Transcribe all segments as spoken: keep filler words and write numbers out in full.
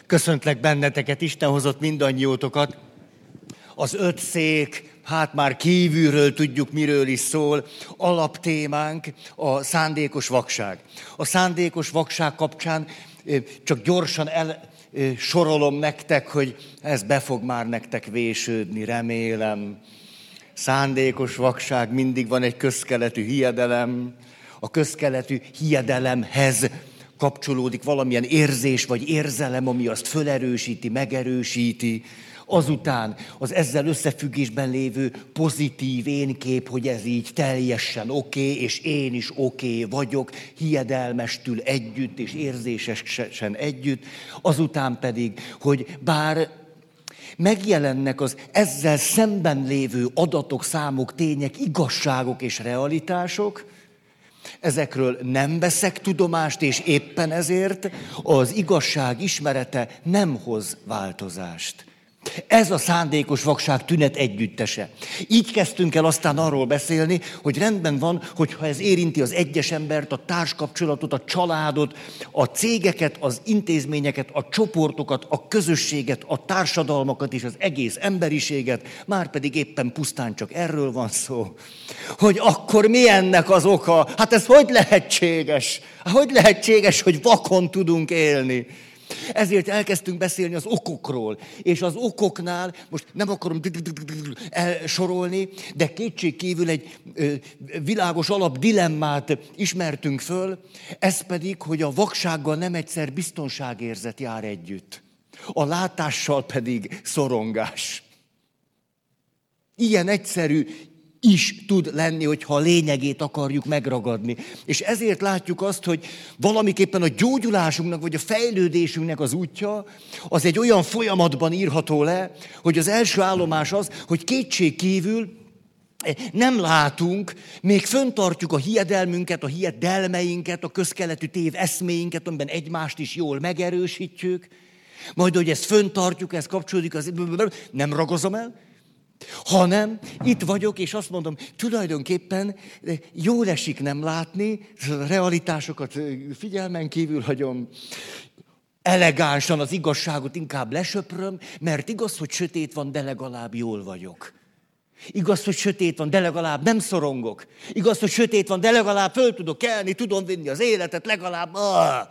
Köszöntlek benneteket, Isten hozott mindannyiótokat. Az öt szék, hát már kívülről tudjuk, miről is szól. Alaptémánk a szándékos vakság. A szándékos vakság kapcsán csak gyorsan elsorolom nektek, hogy ez be fog már nektek vésődni, remélem. Szándékos vakság, mindig van egy közkeletű hiedelem. A közkeletű hiedelemhez kapcsolódik valamilyen érzés vagy érzelem, ami azt fölerősíti, megerősíti. Azután az ezzel összefüggésben lévő pozitív énkép, hogy ez így teljesen oké, okay, és én is oké okay vagyok, hiedelmestül együtt és érzésesen együtt. Azután pedig, hogy bár megjelennek az ezzel szemben lévő adatok, számok, tények, igazságok és realitások, ezekről nem veszek tudomást, és éppen ezért az igazság ismerete nem hoz változást. Ez a szándékos vakság tünet együttese. Így kezdtünk el aztán arról beszélni, hogy rendben van, hogyha ez érinti az egyes embert, a társkapcsolatot, a családot, a cégeket, az intézményeket, a csoportokat, a közösséget, a társadalmakat és az egész emberiséget, már pedig éppen pusztán csak erről van szó, hogy akkor mi ennek az oka? Hát ez hogy lehetséges? Hogy lehetséges, hogy vakon tudunk élni? Ezért elkezdtünk beszélni az okokról, és az okoknál, most nem akarom elsorolni, de kétségkívül egy világos alapdilemmát ismertünk föl, ez pedig, hogy a vaksággal nem egyszer biztonságérzet jár együtt, a látással pedig szorongás. Ilyen egyszerű is tud lenni, hogyha a lényegét akarjuk megragadni. És ezért látjuk azt, hogy valamiképpen a gyógyulásunknak, vagy a fejlődésünknek az útja, az egy olyan folyamatban írható le, hogy az első állomás az, hogy kétségkívül nem látunk, még föntartjuk a hiedelmünket, a hiedelmeinket, a közkeletű tév eszméinket, amiben egymást is jól megerősítjük, majd, hogy ezt föntartjuk, ez kapcsolódik, az nem ragozom el, hanem itt vagyok, és azt mondom, tulajdonképpen jól esik nem látni, realitásokat figyelmen kívül hagyom, elegánsan az igazságot inkább lesöpröm, mert igaz, hogy sötét van, de legalább jól vagyok. Igaz, hogy sötét van, de legalább nem szorongok. Igaz, hogy sötét van, de legalább föl tudok kelni, tudom vinni az életet, legalább... Ah!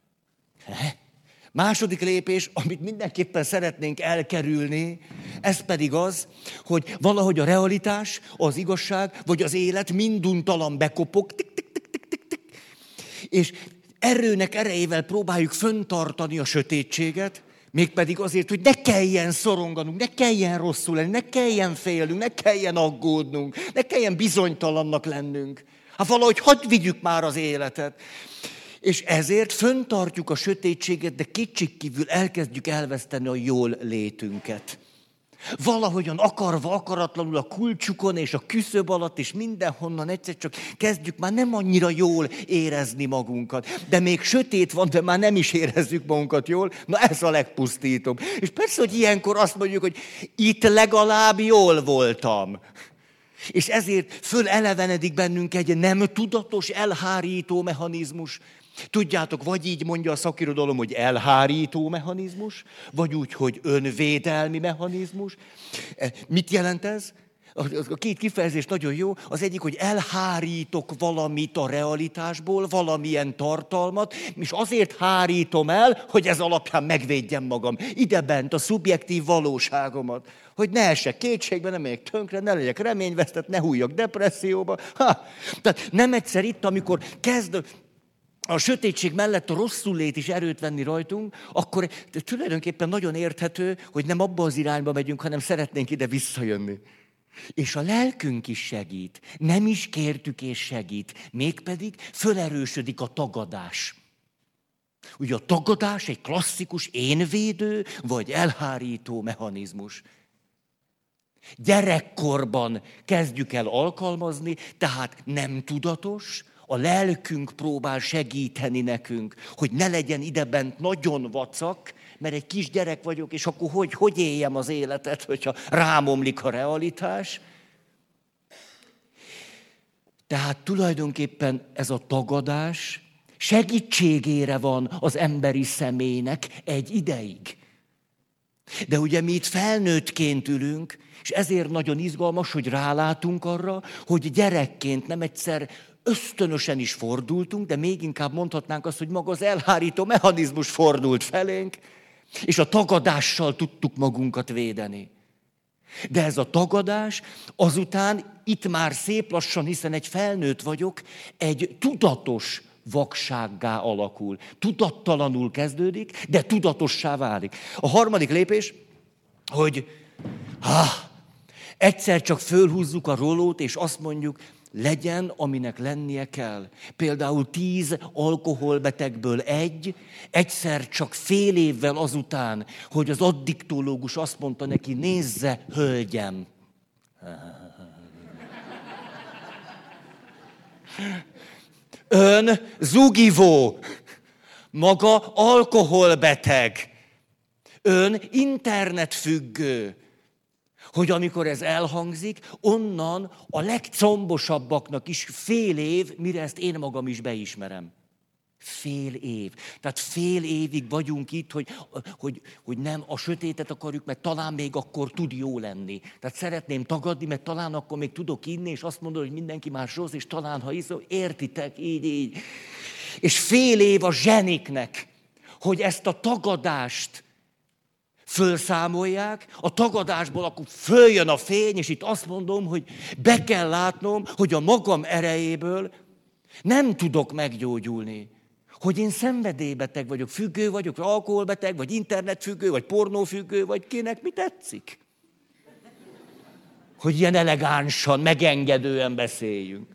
Második lépés, amit mindenképpen szeretnénk elkerülni, ez pedig az, hogy valahogy a realitás, az igazság, vagy az élet minduntalan bekopog, tik, tik, tik, tik, tik, tik, és erőnek erejével próbáljuk föntartani a sötétséget, mégpedig azért, hogy ne kelljen szoronganunk, ne kelljen rosszul lenni, ne kelljen félnünk, ne kelljen aggódnunk, ne kelljen bizonytalannak lennünk. Hát valahogy hadd vigyük már az életet. És ezért föntartjuk a sötétséget, de kétségkívül elkezdjük elveszteni a jól létünket. Valahogyan akarva, akaratlanul a kulcsukon és a küszöb alatt, és mindenhonnan egyszer csak kezdjük már nem annyira jól érezni magunkat. De még sötét van, de már nem is érezzük magunkat jól. Na ez a legpusztítóbb. És persze, hogy ilyenkor azt mondjuk, hogy itt legalább jól voltam. És ezért fölelevenedik bennünk egy nem tudatos, elhárító mechanizmus. Tudjátok, vagy így mondja a szakirodalom, hogy elhárító mechanizmus, vagy úgy, hogy önvédelmi mechanizmus. Mit jelent ez? A két kifejezés nagyon jó. Az egyik, hogy elhárítok valamit a realitásból, valamilyen tartalmat, és azért hárítom el, hogy ez alapján megvédjem magam. Idebent a szubjektív valóságomat. Hogy ne essek kétségbe, ne megyek tönkre, ne legyek reményvesztett, ne hújjak depresszióba. Ha. Tehát nem egyszer itt, amikor kezd a sötétség mellett a rosszul-lét is erőt venni rajtunk, akkor tulajdonképpen nagyon érthető, hogy nem abba az irányba megyünk, hanem szeretnénk ide visszajönni. És a lelkünk is segít. Nem is kértük és segít. Mégpedig fölerősödik a tagadás. Ugye a tagadás egy klasszikus énvédő vagy elhárító mechanizmus. Gyerekkorban kezdjük el alkalmazni, tehát nem tudatos, a lelkünk próbál segíteni nekünk, hogy ne legyen idebent nagyon vacak, mert egy kis gyerek vagyok, és akkor hogy, hogy éljem az életet, hogyha rámomlik a realitás. Tehát tulajdonképpen ez a tagadás Segítségére van az emberi személynek egy ideig. De ugye mi itt felnőttként ülünk, és ezért nagyon izgalmas, hogy rálátunk arra, hogy gyerekként nem egyszer ösztönösen is fordultunk, de még inkább mondhatnánk azt, hogy maga az elhárító mechanizmus fordult felénk, és a tagadással tudtuk magunkat védeni. De ez a tagadás azután itt már szép lassan, hiszen egy felnőtt vagyok, egy tudatos vaksággá alakul. Tudattalanul kezdődik, de tudatossá válik. A harmadik lépés, hogy ha, egyszer csak fölhúzzuk a rólót, és azt mondjuk, legyen, aminek lennie kell. Például tíz alkoholbetegből egy, egyszer csak fél évvel azután, hogy az addiktológus azt mondta neki, nézze, hölgyem. Ön zugivó, maga alkoholbeteg, ön internetfüggő. Hogy amikor ez elhangzik, onnan a legcombosabbaknak is fél év, mire ezt én magam is beismerem. Fél év. Tehát fél évig vagyunk itt, hogy, hogy, hogy nem a sötétet akarjuk, mert talán még akkor tud jó lenni. Tehát szeretném tagadni, mert talán akkor még tudok inni, és azt mondod, hogy mindenki más rossz, és talán, ha iszom, értitek, így, így. És fél év a zseniknek, hogy ezt a tagadást fölszámolják, a tagadásból akkor följön a fény, és itt azt mondom, hogy be kell látnom, hogy a magam erejéből nem tudok meggyógyulni. Hogy én szenvedélybeteg vagyok, függő vagyok, vagy alkoholbeteg, vagy internetfüggő, vagy pornófüggő, vagy kinek mi tetszik. Hogy ilyen elegánsan, megengedően beszéljünk.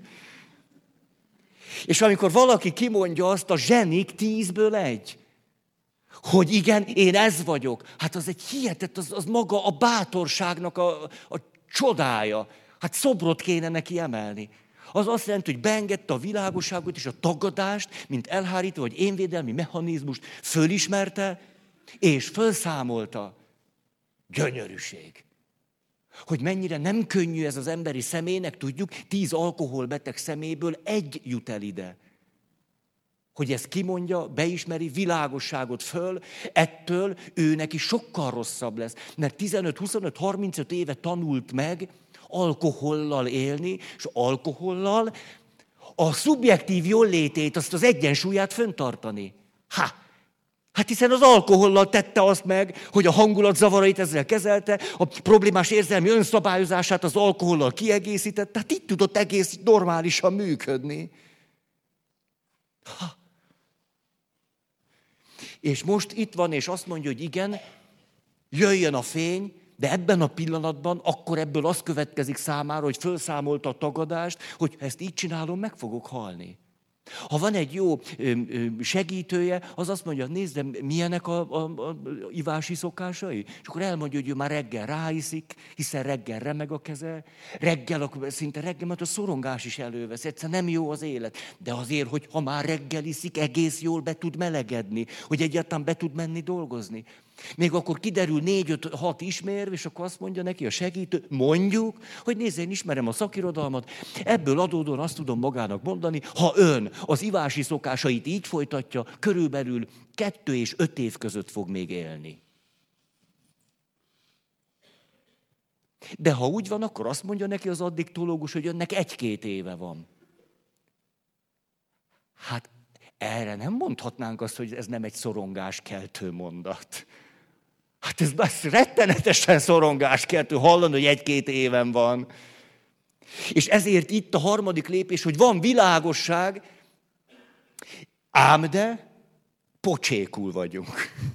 És amikor valaki kimondja azt, a zsenik tízből egy, hogy igen, én ez vagyok. Hát az egy hihetet, az, az maga a bátorságnak a, a csodája. Hát szobrot kéne neki emelni. Az azt jelenti, hogy beengedte a világosságot és a tagadást, mint elhárító vagy énvédelmi mechanizmust fölismerte, és fölszámolta. Gyönyörűség. Hogy mennyire nem könnyű ez az emberi személynek, tudjuk, tíz alkoholbeteg szeméből egy jut el ide. Hogy ezt kimondja, beismeri, világosságot föl, ettől ő neki sokkal rosszabb lesz. Mert tizenöt, huszonöt, harmincöt éve tanult meg alkohollal élni, és alkohollal a szubjektív jóllétét, azt az egyensúlyát fenntartani. Ha! Hát hiszen az alkohollal tette azt meg, hogy a hangulatzavarait ezzel kezelte, a problémás érzelmi önszabályozását az alkohollal kiegészítette, tehát így tudott egész normálisan működni. Ha! És most itt van, és azt mondja, hogy igen, jöjjön a fény, de ebben a pillanatban akkor ebből az következik számára, hogy felszámolta a tagadást, hogy ha ezt így csinálom, meg fogok halni. Ha van egy jó segítője, az azt mondja, nézd, milyenek a, a, a ivási szokásai? És akkor elmondja, hogy ő már reggel ráiszik, hiszen reggel remeg a keze, reggel, szinte reggel, mert a szorongás is elővesz, egyszerűen nem jó az élet. De azért, hogy ha már reggel iszik, egész jól be tud melegedni, hogy egyáltalán be tud menni dolgozni. Még akkor kiderül négy, öt, hat ismérv, és akkor azt mondja neki a segítő, mondjuk, hogy nézd, én ismerem a szakirodalmat, ebből adódóan azt tudom magának mondani, ha ön az ivási szokásait így folytatja, körülbelül kettő és öt év között fog még élni. De ha úgy van, akkor azt mondja neki az addiktológus, hogy önnek egy-két éve van. Hát erre nem mondhatnánk azt, hogy ez nem egy szorongáskeltő mondat. Hát ez, ez rettenetesen szorongáskeltő hallani, hogy egy-két éven van. És ezért itt a harmadik lépés, hogy van világosság, ám de pocsékul vagyunk.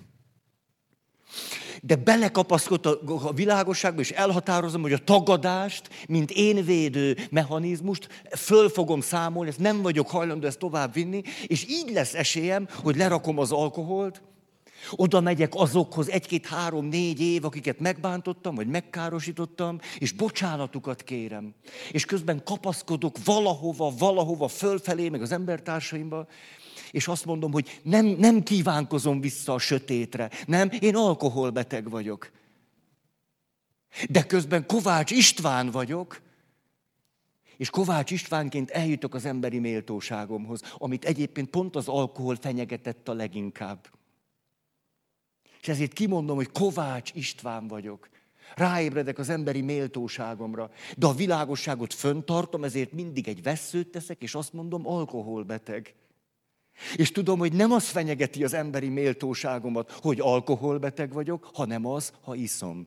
De belekapaszkodt a világosságba, és elhatározom, hogy a tagadást, mint én védő mechanizmust föl fogom számolni, ezt nem vagyok hajlandó ezt tovább vinni, és így lesz esélyem, hogy lerakom az alkoholt, oda megyek azokhoz egy-két-három-négy év, akiket megbántottam, vagy megkárosítottam, és bocsánatukat kérem. És közben kapaszkodok valahova, valahova, fölfelé, meg az embertársaimba, és azt mondom, hogy nem, nem kívánkozom vissza a sötétre. Nem, én alkoholbeteg vagyok. De közben Kovács István vagyok, És Kovács Istvánként eljutok az emberi méltóságomhoz, amit egyébként pont az alkohol fenyegetett a leginkább. És ezért kimondom, hogy Kovács István vagyok. Ráébredek az emberi méltóságomra, de a világosságot föntartom, ezért mindig egy vesszőt teszek, és azt mondom, alkoholbeteg. És tudom, hogy nem az fenyegeti az emberi méltóságomat, hogy alkoholbeteg vagyok, hanem az, ha iszom.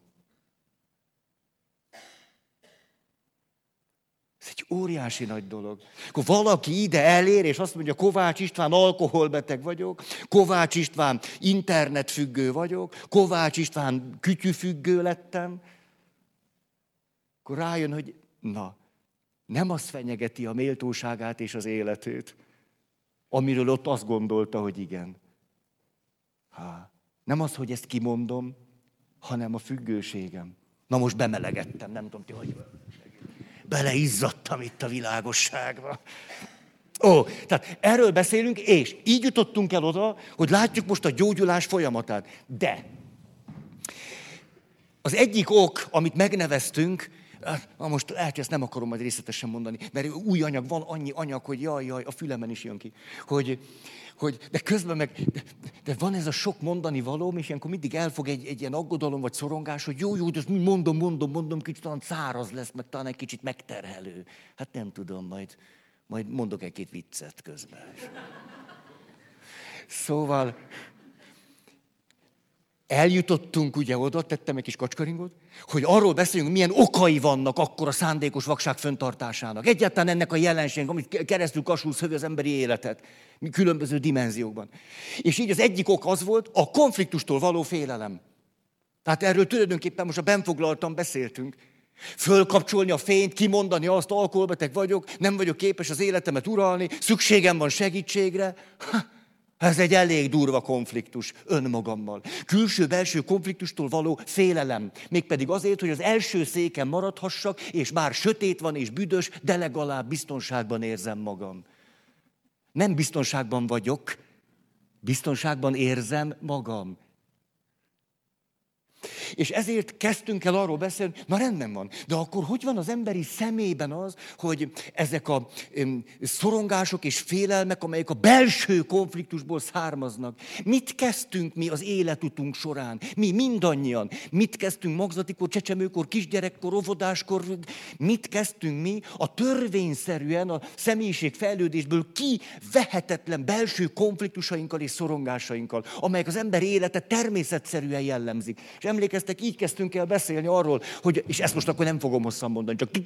Ez egy óriási nagy dolog. Akkor valaki ide elér, és azt mondja, Kovács István, alkoholbeteg vagyok, Kovács István, internetfüggő vagyok, Kovács István, kütyüfüggő lettem, akkor rájön, hogy na, nem az fenyegeti a méltóságát és az életét, amiről ott azt gondolta, hogy igen. Há, nem az, hogy ezt kimondom, hanem a függőségem. Na most bemelegettem, nem tudom ti, hogy beleizzadtam itt a világosságba. Ó, tehát erről beszélünk, és így jutottunk el oda, hogy látjuk most a gyógyulás folyamatát. De az egyik ok, amit megneveztünk, na most lehet, hogy ezt nem akarom majd részletesen mondani, mert új anyag, van annyi anyag, hogy jaj, jaj, a fülemen is jön ki. Hogy, hogy, de közben meg, de, de van ez a sok mondani valóm, és ilyenkor mindig elfog egy, egy ilyen aggodalom vagy szorongás, hogy jó, jó, de ezt mondom, mondom, mondom, kicsit talán száraz lesz, meg talán egy kicsit megterhelő. Hát nem tudom, majd, majd mondok egy-két viccet közben. Szóval eljutottunk ugye oda, tettem egy kis kacskaringot, hogy arról beszéljünk, milyen okai vannak akkor a szándékos vakság fenntartásának. Egyáltalán ennek a jelenségnek, amit keresztül kasul szövi az emberi életet, különböző dimenziókban. És így az egyik ok az volt, a konfliktustól való félelem. Tehát erről tulajdonképpen most a benfoglaltan beszéltünk. Fölkapcsolni a fényt, kimondani azt, alkoholbeteg vagyok, nem vagyok képes az életemet uralni, szükségem van segítségre. Ha, ez egy elég durva konfliktus önmagammal. Külső-belső konfliktustól való félelem. Mégpedig azért, hogy az első széken maradhassak, és bár sötét van és büdös, de legalább biztonságban érzem magam. Nem biztonságban vagyok, biztonságban érzem magam. És ezért kezdtünk el arról beszélni, na rendben van, de akkor hogy van az emberi szemében az, hogy ezek a öm, szorongások és félelmek, amelyek a belső konfliktusból származnak. Mit kezdtünk mi az életutunk során? Mi mindannyian. Mit kezdtünk magzatikor, csecsemőkor, kisgyerekkor, óvodáskor? Mit kezdtünk mi a törvényszerűen a személyiség fejlődésből kivehetetlen belső konfliktusainkkal és szorongásainkkal, amelyek az ember élete természetszerűen jellemzik. És emlékeztek, így kezdtünk el beszélni arról, hogy, és ezt most akkor nem fogom hosszan mondani, csak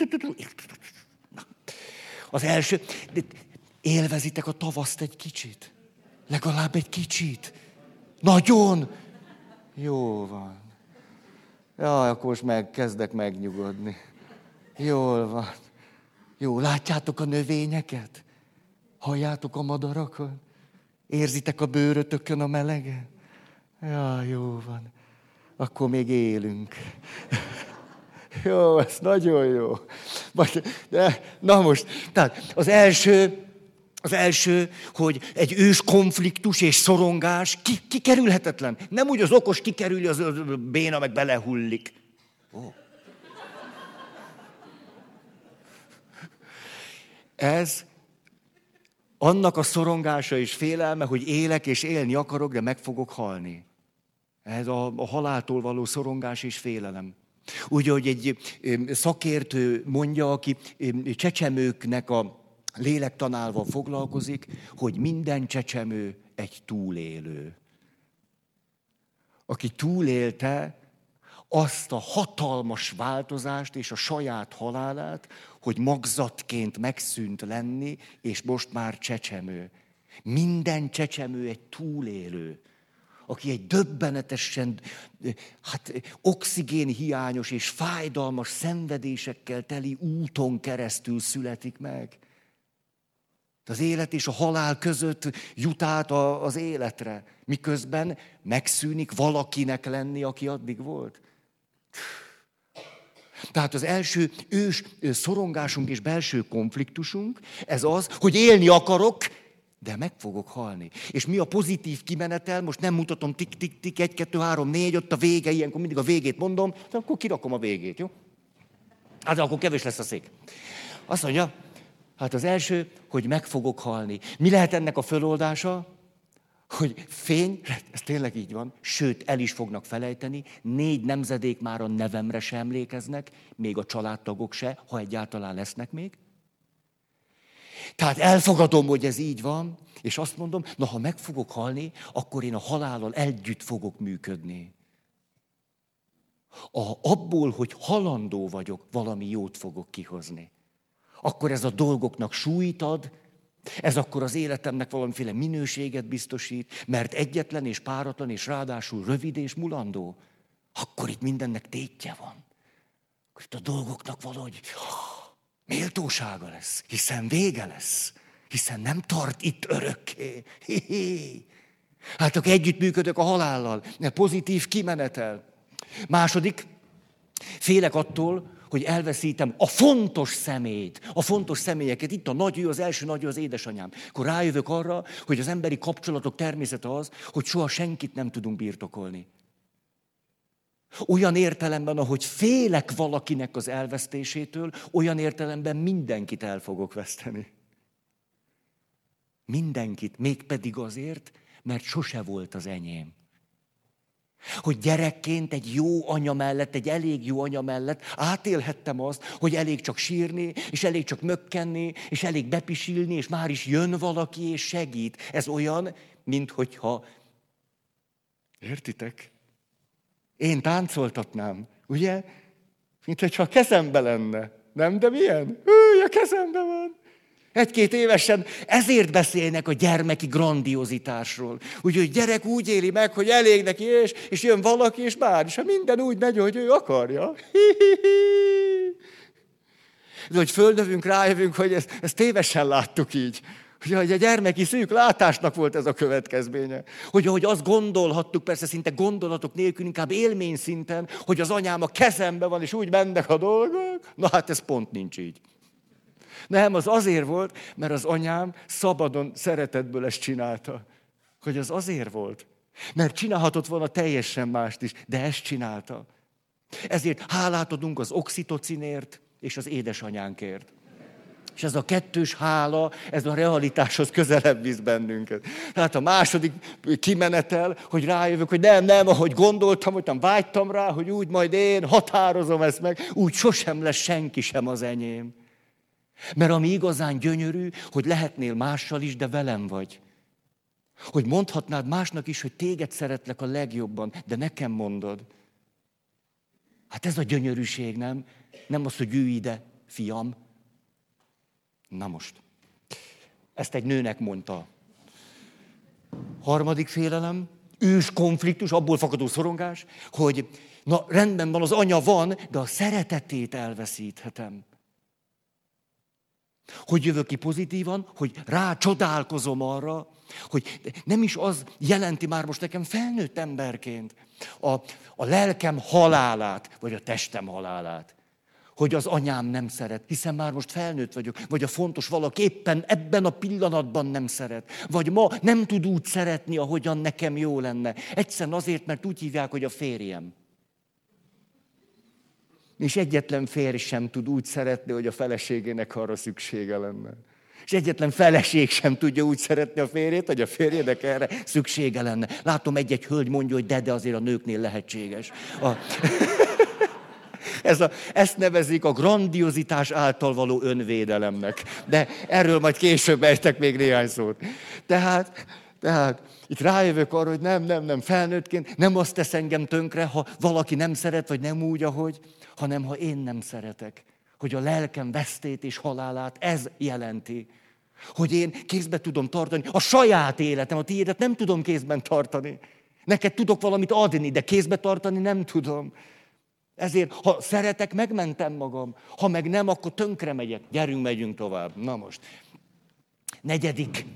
az első, de élvezitek a tavaszt egy kicsit? Legalább egy kicsit? Nagyon? Jó van. Jaj, akkor most meg, kezdek megnyugodni. Jól van. Jó, látjátok a növényeket? Halljátok a madarakat? Érzitek a bőrötökön a meleget? Jaj, jó van. Akkor még élünk. Jó, ez nagyon jó. De, na most, tehát az első, az első, hogy egy ős konfliktus és szorongás ki, kikerülhetetlen. Nem úgy az okos kikerüli, az béna meg belehullik. Ó. Ez annak a szorongása és félelme, hogy élek és élni akarok, de meg fogok halni. Ez a, a haláltól való szorongás és félelem. Úgy, hogy egy szakértő mondja, aki csecsemőknek a lélektanával foglalkozik, hogy minden csecsemő egy túlélő. Aki túlélte azt a hatalmas változást és a saját halálát, hogy magzatként megszűnt lenni, és most már csecsemő. Minden csecsemő egy túlélő, aki egy döbbenetesen, hát oxigénhiányos és fájdalmas szenvedésekkel teli úton keresztül születik meg. Az élet és a halál között jut át az életre, miközben megszűnik valakinek lenni, aki addig volt. Tehát az első ős szorongásunk és belső konfliktusunk, ez az, hogy élni akarok, de meg fogok halni. És mi a pozitív kimenetel? Most nem mutatom tik-tik-tik, egy, kettő, három, négy, ott a vége, ilyenkor mindig a végét mondom, de akkor kirakom a végét, jó? Hát akkor kevés lesz a szék. Azt mondja, hát az első, hogy meg fogok halni. Mi lehet ennek a föloldása? Hogy fény, ez tényleg így van, sőt, el is fognak felejteni, négy nemzedék már a nevemre se emlékeznek, még a családtagok se, ha egyáltalán lesznek még. Tehát elfogadom, hogy ez így van, és azt mondom, na ha meg fogok halni, akkor én a halállal együtt fogok működni. A, abból, hogy halandó vagyok, valami jót fogok kihozni. Akkor ez a dolgoknak súlyt ad, ez akkor az életemnek valamiféle minőséget biztosít, mert egyetlen és páratlan, és ráadásul rövid és mulandó. Akkor itt mindennek tétje van. Akkor itt a dolgoknak valahogy méltósága lesz, hiszen vége lesz, hiszen nem tart itt örökké. Hi-hi. Hát akkor együttműködök a halállal, pozitív kimenetel. Második, félek attól, hogy elveszítem a fontos személyt, a fontos személyeket. Itt a nagyő, az első nagyő az édesanyám. Akkor rájövök arra, hogy az emberi kapcsolatok természete az, hogy soha senkit nem tudunk birtokolni. Olyan értelemben, ahogy félek valakinek az elvesztésétől, olyan értelemben mindenkit el fogok veszteni. Mindenkit, mégpedig azért, mert sose volt az enyém. Hogy gyerekként egy jó anya mellett, egy elég jó anya mellett átélhettem azt, hogy elég csak sírni, és elég csak mökkenni, és elég bepisilni, és már is jön valaki, és segít. Ez olyan, minthogyha... Értitek? Én táncoltatnám, ugye? Minthogyha a kezembe lenne. Nem, de milyen? Hű, a kezembe van. Egy-két évesen ezért beszélnek a gyermeki grandiozitásról. Úgyhogy gyerek úgy éli meg, hogy elég neki, és, és jön valaki, és már is, ha minden úgy megy, hogy ő akarja. De hogy földövünk, rájövünk, hogy ezt, ezt tévesen láttuk így. Hogy a gyermeki szűk látásnak volt ez a következménye. Hogy ahogy azt gondolhattuk, persze szinte gondolatok nélkül, inkább élmény szinten, hogy az anyám a kezembe van, és úgy mennek a dolgok. Na hát ez pont nincs így. Nem, az azért volt, mert az anyám szabadon, szeretetből ezt csinálta. Hogy az azért volt. Mert csinálhatott volna teljesen mást is, de ezt csinálta. Ezért hálát adunk az oxitocinért és az édesanyánkért. És ez a kettős hála, ez a realitáshoz közelebb visz bennünket. Tehát a második kimenetel, hogy rájövök, hogy nem, nem, ahogy gondoltam, hogy nem vágytam rá, hogy úgy majd én határozom ezt meg, úgy sosem lesz senki sem az enyém. Mert ami igazán gyönyörű, hogy lehetnél mással is, de velem vagy. Hogy mondhatnád másnak is, hogy téged szeretlek a legjobban, de nekem mondod. Hát ez a gyönyörűség, nem? Nem az, hogy ülj ide, fiam. Na most. Ezt egy nőnek mondta. Harmadik félelem, ős konfliktus, abból fakadó szorongás, hogy na rendben van, az anya van, de a szeretetét elveszíthetem. Hogy jövök ki pozitívan, hogy rácsodálkozom arra, hogy nem is az jelenti már most nekem felnőtt emberként a, a lelkem halálát, vagy a testem halálát. Hogy az anyám nem szeret, hiszen már most felnőtt vagyok, vagy a fontos valaki éppen ebben a pillanatban nem szeret, vagy ma nem tud úgy szeretni, ahogyan nekem jó lenne. Egyszerűen azért, mert úgy hívják, hogy a férjem. És egyetlen férj sem tud úgy szeretni, hogy a feleségének arra szüksége lenne. És egyetlen feleség sem tudja úgy szeretni a férjét, hogy a férjének erre szüksége lenne. Látom, egy-egy hölgy mondja, hogy de, de azért a nőknél lehetséges. A... Ez a, ezt nevezik a grandiozitás által való önvédelemnek. De erről majd később ejtek még néhány szót. Tehát, tehát itt rájövök arra, hogy nem, nem, nem, felnőttként nem azt tesz engem tönkre, ha valaki nem szeret, vagy nem úgy, ahogy, hanem ha én nem szeretek. Hogy a lelkem vesztét és halálát ez jelenti. Hogy én kézbe tudom tartani a saját életem, a tiédet nem tudom kézben tartani. Neked tudok valamit adni, de kézbe tartani nem tudom. Ezért, ha szeretek, megmentem magam. Ha meg nem, akkor tönkre megyek. Gyerünk, megyünk tovább. Na most. Negyedik.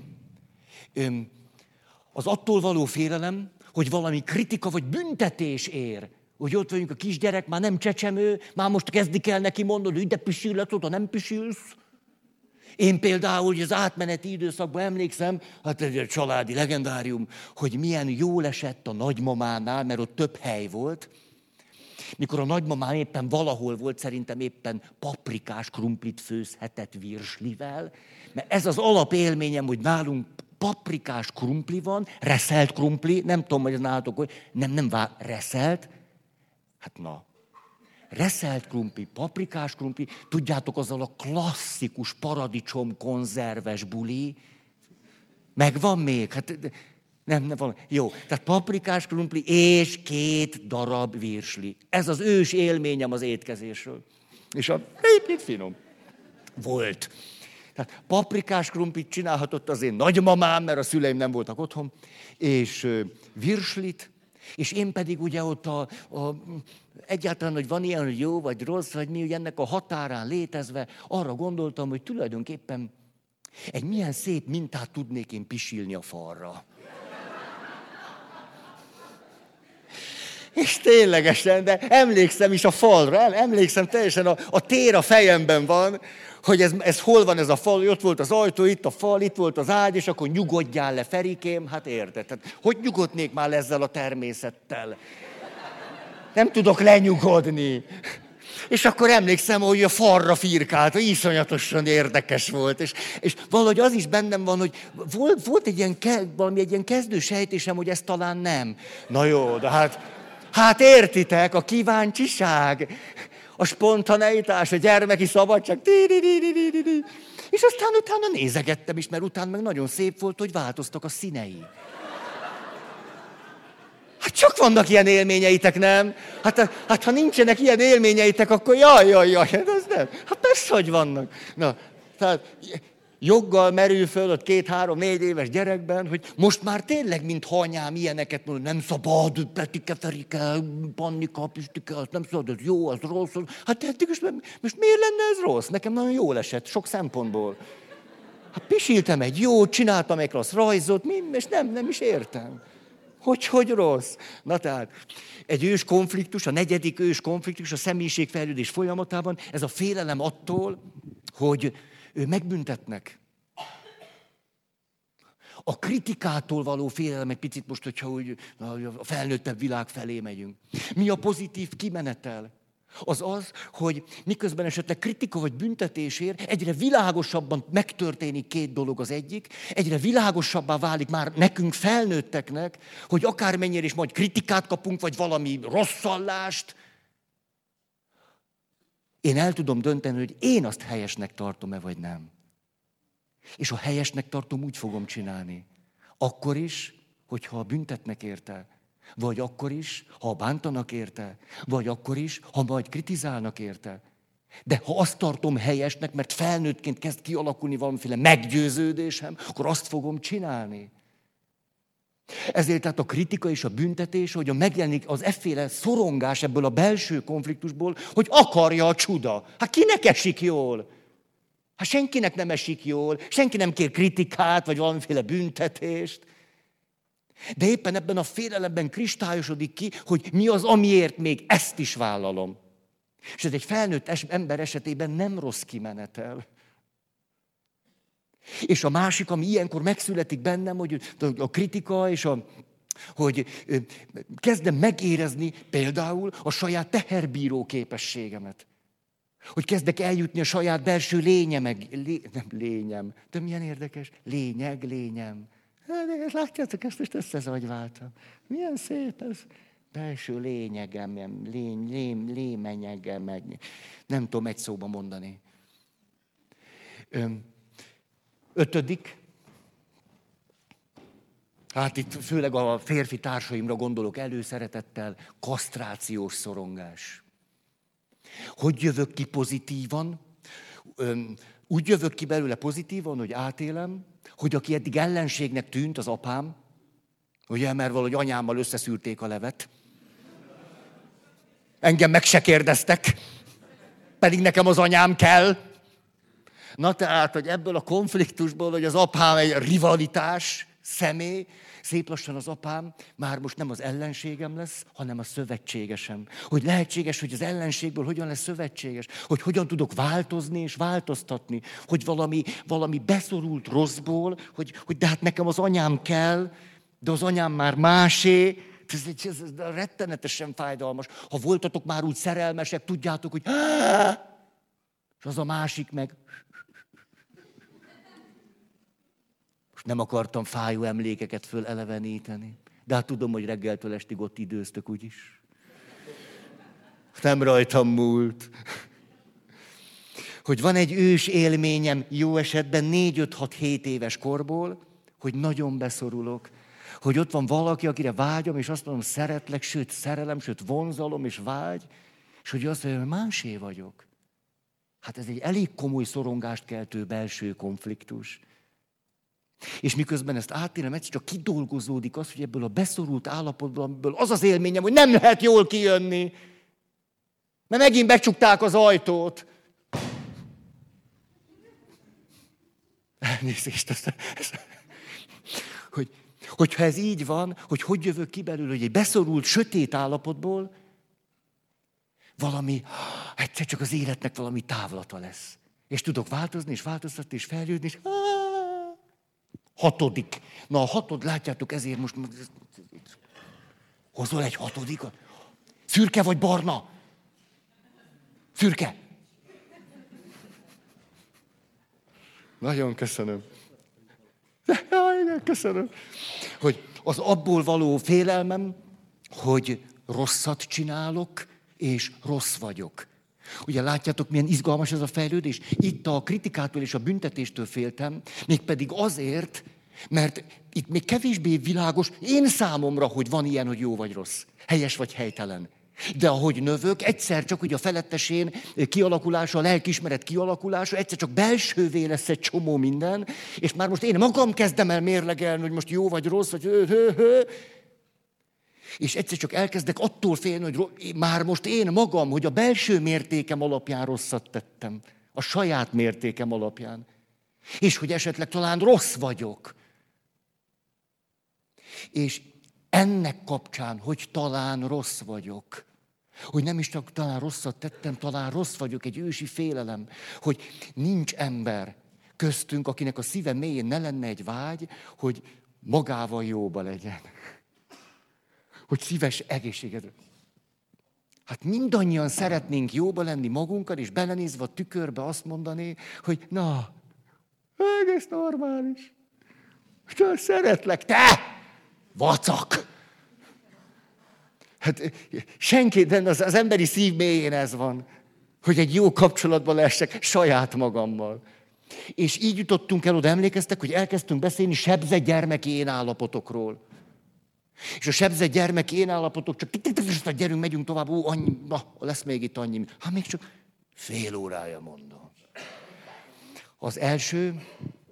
Az attól való félelem, hogy valami kritika vagy büntetés ér. Hogy ott vagyunk a kisgyerek, már nem csecsemő, már most kezdik el neki mondani, hogy de pisüllet oda, nem pisülsz. Én például, hogy az átmeneti időszakban emlékszem, hát egy családi legendárium, hogy milyen jól esett a nagymamánál, mert ott több hely volt, mikor a nagymamám éppen valahol volt, szerintem éppen paprikás krumplit főzhetett virslivel, mert ez az alapélményem, hogy nálunk paprikás krumpli van, reszelt krumpli, nem tudom, hogy ez nálatok, hogy nem, nem vár, reszelt, hát na, reszelt krumpli, paprikás krumpli, tudjátok, azzal a klasszikus paradicsom konzerves buli, megvan még, hát nem, nem van, jó, tehát paprikás krumpli és két darab virsli. Ez az ős élményem az étkezésről. És a egyébként finom. Volt. Tehát paprikás krumplit csinálhatott az én nagymamám, mert a szüleim nem voltak otthon, és ö, virslit, és én pedig ugye ott a, a, egyáltalán, hogy van ilyen, hogy jó vagy rossz, vagy mi, ugye ennek a határán létezve, arra gondoltam, hogy tulajdonképpen egy milyen szép mintát tudnék én pisilni a falra. És ténylegesen, de emlékszem is a falra, emlékszem teljesen, a, a tér a fejemben van, hogy ez, ez hol van ez a fal, ott volt az ajtó, itt a fal, itt volt az ágy, és akkor nyugodjál le, Ferikém, hát érted, tehát hogy nyugodnék már ezzel a természettel? Nem tudok lenyugodni. És akkor emlékszem, hogy a falra firkált, iszonyatosan érdekes volt, és, és valahogy az is bennem van, hogy volt, volt egy ilyen, valami egy ilyen kezdő sejtésem, hogy ez talán nem. Na jó, de hát... Hát értitek, a kíváncsiság, a spontaneitás, a gyermeki szabadság. És aztán utána nézegettem is, mert utána meg nagyon szép volt, hogy változtak a színei. Hát csak vannak ilyen élményeitek, nem? Hát, hát ha nincsenek ilyen élményeitek, akkor jaj, jaj, jaj, hát az nem. Hát persze, hogy vannak. Na, tehát... Joggal merül föl ott két-három-négy éves gyerekben, hogy most már tényleg, mint anyám ilyeneket mondod, nem szabad, Petike, Ferike, Pannika, Pistike, nem szabad, ez jó, ez rossz. Hát eddig is, most miért lenne ez rossz? Nekem nagyon jól esett, sok szempontból. Hát pisiltem egy jót, csináltam egy rossz rajzot, mi, és nem, nem is értem. Hogy, hogy rossz? Na tehát, egy ős konfliktus, a negyedik ős konfliktus a személyiségfejlődés folyamatában, ez a félelem attól, hogy ő megbüntetnek. A kritikától való félelem egy picit most, hogyha úgy a felnőttebb világ felé megyünk. Mi a pozitív kimenetel? Az az, hogy miközben esetleg kritika vagy büntetésért egyre világosabban megtörténik két dolog az egyik, egyre világosabbá válik már nekünk felnőtteknek, hogy akármennyire is majd kritikát kapunk, vagy valami rosszallást, én el tudom dönteni, hogy én azt helyesnek tartom-e, vagy nem. És a helyesnek tartom, úgy fogom csinálni. Akkor is, hogyha büntetnek érte. Vagy akkor is, ha bántanak érte. Vagy akkor is, ha majd kritizálnak érte. De ha azt tartom helyesnek, mert felnőttként kezd kialakulni valamiféle meggyőződésem, akkor azt fogom csinálni. Ezért tehát a kritika és a büntetés, hogy a megjelenik az efféle szorongás ebből a belső konfliktusból, hogy akarja a csuda. Hát kinek esik jól? Hát senkinek nem esik jól, senki nem kér kritikát, vagy valamiféle büntetést. De éppen ebben a félelemben kristályosodik ki, hogy mi az, amiért még ezt is vállalom. És ez egy felnőtt ember esetében nem rossz kimenetel. És a másik, ami ilyenkor megszületik bennem, hogy a kritika, és a, hogy kezdem megérezni például a saját teherbíró képességemet. Hogy kezdek eljutni a saját belső lényemeg, lé, nem lényem, de milyen érdekes, lényeg, lényem. Hát, látjátok, ezt most összezagyváltam. Milyen szép ez. Belső lényegem, lény, lém, lémenyegem, meg. Nem tudom egy szóban mondani. Öm, Ötödik, hát itt főleg a férfi társaimra gondolok előszeretettel, kasztrációs szorongás. Hogy jövök ki pozitívan? Úgy jövök ki belőle pozitívan, hogy átélem, hogy aki eddig ellenségnek tűnt, az apám, ugye, mert valahogy anyámmal összeszűrték a levet. Engem meg se kérdeztek, pedig nekem az anyám kell. Na tehát, hogy ebből a konfliktusból, hogy az apám egy rivalitás személy, szép lassan az apám már most nem az ellenségem lesz, hanem a szövetségesem. Hogy lehetséges, hogy az ellenségből hogyan lesz szövetséges, hogy hogyan tudok változni és változtatni, hogy valami, valami beszorult rosszból, hogy, hogy de hát nekem az anyám kell, de az anyám már másé. Ez, egy, ez, ez rettenetesen fájdalmas. Ha voltatok már úgy szerelmesek, tudjátok, hogy... És az a másik meg... Most nem akartam fájó emlékeket föleleveníteni. De hát tudom, hogy reggeltől estig ott időztök úgyis. Nem rajtam múlt. Hogy van egy ős élményem jó esetben négy, öt, hat, hét éves korból, hogy nagyon beszorulok. Hogy ott van valaki, akire vágyom, és azt mondom, szeretlek, sőt, szerelem, sőt, vonzalom és vágy, és hogy azt mondja, hogy másé vagyok. Hát ez egy elég komoly szorongást keltő belső konfliktus. És miközben ezt átélem, egyszer csak kidolgozódik az, hogy ebből a beszorult állapotból, amiből az az élményem, hogy nem lehet jól kijönni, mert megint becsukták az ajtót. Elnézést, azt, hogy, hogyha ez így van, hogy hogy jövök ki belőle, hogy egy beszorult, sötét állapotból valami, egyszer csak az életnek valami távlata lesz. És tudok változni, és változtatni, és fejlődni, és hatodik. Na a hatod, látjátok, ezért most hozol egy hatodikat. Szürke vagy barna? Szürke. Nagyon köszönöm. Jaj, igen, köszönöm. Hogy az abból való félelmem, hogy rosszat csinálok, és rossz vagyok. Ugye látjátok, milyen izgalmas ez a fejlődés? Itt a kritikától és a büntetéstől féltem, mégpedig azért, mert itt még kevésbé világos én számomra, hogy van ilyen, hogy jó vagy rossz, helyes vagy helytelen. De ahogy növök, egyszer csak ugye a felettesén kialakulása, a lelkiismeret kialakulása, egyszer csak belsővé lesz egy csomó minden, és már most én magam kezdem el mérlegelni, hogy most jó vagy rossz, vagy hő, hő, hő. És egyszer csak elkezdek attól félni, hogy már most én magam, hogy a belső mértékem alapján rosszat tettem. A saját mértékem alapján. És hogy esetleg talán rossz vagyok. És ennek kapcsán, hogy talán rossz vagyok. Hogy nem is csak talán rosszat tettem, talán rossz vagyok, egy ősi félelem. Hogy nincs ember köztünk, akinek a szíve mélyén ne lenne egy vágy, hogy magával jóba legyen. Hogy szíves egészségedre. Hát mindannyian szeretnénk jóba lenni magunkkal, és belenézve a tükörbe azt mondani, hogy na, egész normális. Csak szeretlek, te! Vacak! Hát senki, de az, az emberi szív mélyén ez van, hogy egy jó kapcsolatban lehessek saját magammal. És így jutottunk el oda, emlékeztek, hogy elkezdtünk beszélni sebzett gyermeki én állapotokról. És a sebzett gyermeki én állapotok csak gyerünk, megyünk tovább, ó, annyi, na, lesz még itt annyi. Hát még csak fél órája mondom. Az első,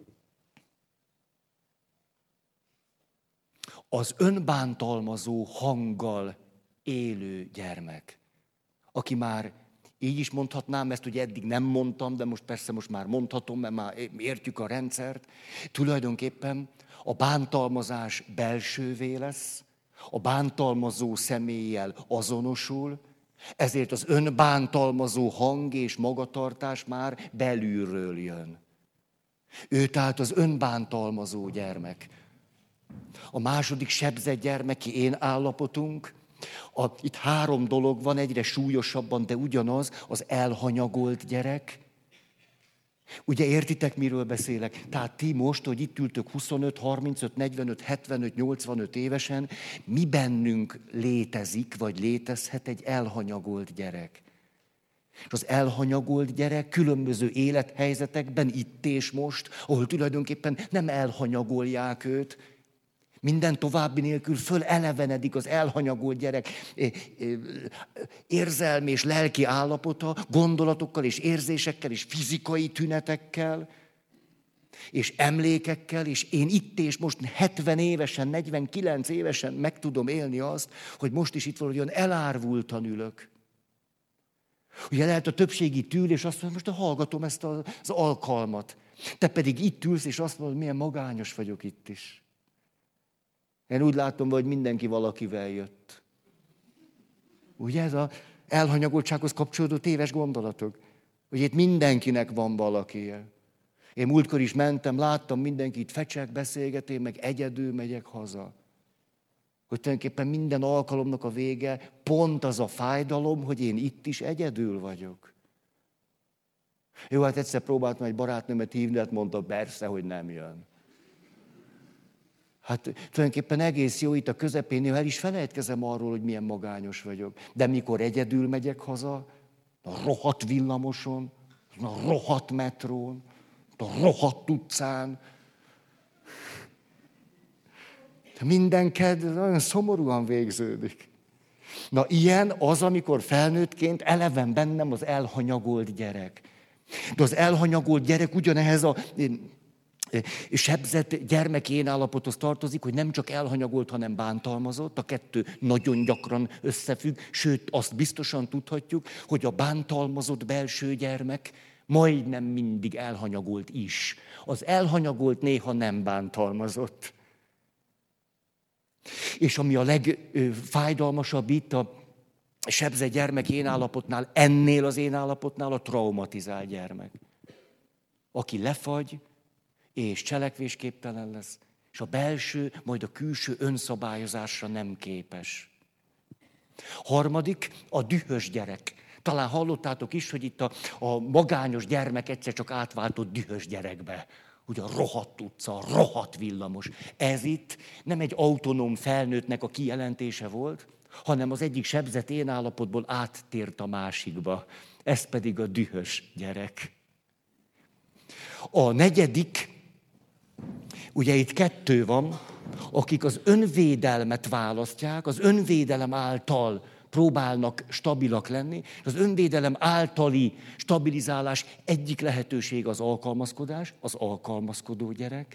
az önbántalmazó hanggal élő gyermek, aki már, így is mondhatnám, ezt ugye eddig nem mondtam, de most persze most már mondhatom, mert már értjük a rendszert, tulajdonképpen a bántalmazás belsővé lesz, a bántalmazó személlyel azonosul, ezért az önbántalmazó hang és magatartás már belülről jön. Ő tehát az önbántalmazó gyermek. A második sebzett gyermeki én állapotunk, a, itt három dolog van, egyre súlyosabban, de ugyanaz, az elhanyagolt gyerek. Ugye értitek, miről beszélek? Tehát ti most, hogy itt ültök huszonöt, harmincöt, negyvenöt, hetvenöt, nyolcvanöt évesen, mi bennünk létezik, vagy létezhet egy elhanyagolt gyerek. És az elhanyagolt gyerek különböző élethelyzetekben, itt és most, ahol tulajdonképpen nem elhanyagolják őt, minden további nélkül fölelevenedik az elhanyagolt gyerek érzelmi és lelki állapota, gondolatokkal és érzésekkel és fizikai tünetekkel, és emlékekkel, és én itt és most hetven évesen, negyvenkilenc évesen meg tudom élni azt, hogy most is itt valahogyan elárvultan ülök. Ugye lehet a többség itt ül, és azt mondja, most hallgatom ezt az alkalmat. Te pedig itt ülsz, és azt mondod, milyen magányos vagyok itt is. Én úgy látom, hogy mindenki valakivel jött. Ugye ez az elhanyagoltsághoz kapcsolódó téves gondolatok? Hogy itt mindenkinek van valakije. Én múltkor is mentem, láttam mindenkit, fecsek, beszélget, én meg egyedül megyek haza. Hogy tulajdonképpen minden alkalomnak a vége pont az a fájdalom, hogy én itt is egyedül vagyok. Jó, hát egyszer próbáltam egy barátnőmet hívni, hát mondta, persze, hogy nem jön. Hát tulajdonképpen egész jó itt a közepén, el is felejtkezem arról, hogy milyen magányos vagyok. De mikor egyedül megyek haza, a rohadt villamoson, a rohadt metrón, a rohadt utcán, minden kedv nagyon szomorúan végződik. Na ilyen az, amikor felnőttként eleven bennem az elhanyagolt gyerek. De az elhanyagolt gyerek ugyanehhez a sebzett gyermek én állapothoz tartozik, hogy nem csak elhanyagolt, hanem bántalmazott. A kettő nagyon gyakran összefügg, sőt azt biztosan tudhatjuk, hogy a bántalmazott belső gyermek majdnem mindig elhanyagolt is. Az elhanyagolt néha nem bántalmazott. És ami a legfájdalmasabb itt a sebzett gyermek én állapotnál, ennél az én állapotnál a traumatizált gyermek. Aki lefagy, és cselekvésképtelen lesz, és a belső, majd a külső önszabályozásra nem képes. Harmadik, a dühös gyerek. Talán hallottátok is, hogy itt a, a magányos gyermek egyszer csak átváltott dühös gyerekbe. Ugye a rohadt utca, a rohadt villamos. Ez itt nem egy autonóm felnőttnek a kijelentése volt, hanem az egyik sebzett én állapotból áttért a másikba. Ez pedig a dühös gyerek. A negyedik, ugye itt kettő van, akik az önvédelmet választják, az önvédelem által próbálnak stabilak lenni. Az önvédelem általi stabilizálás egyik lehetőség az alkalmazkodás, az alkalmazkodó gyerek.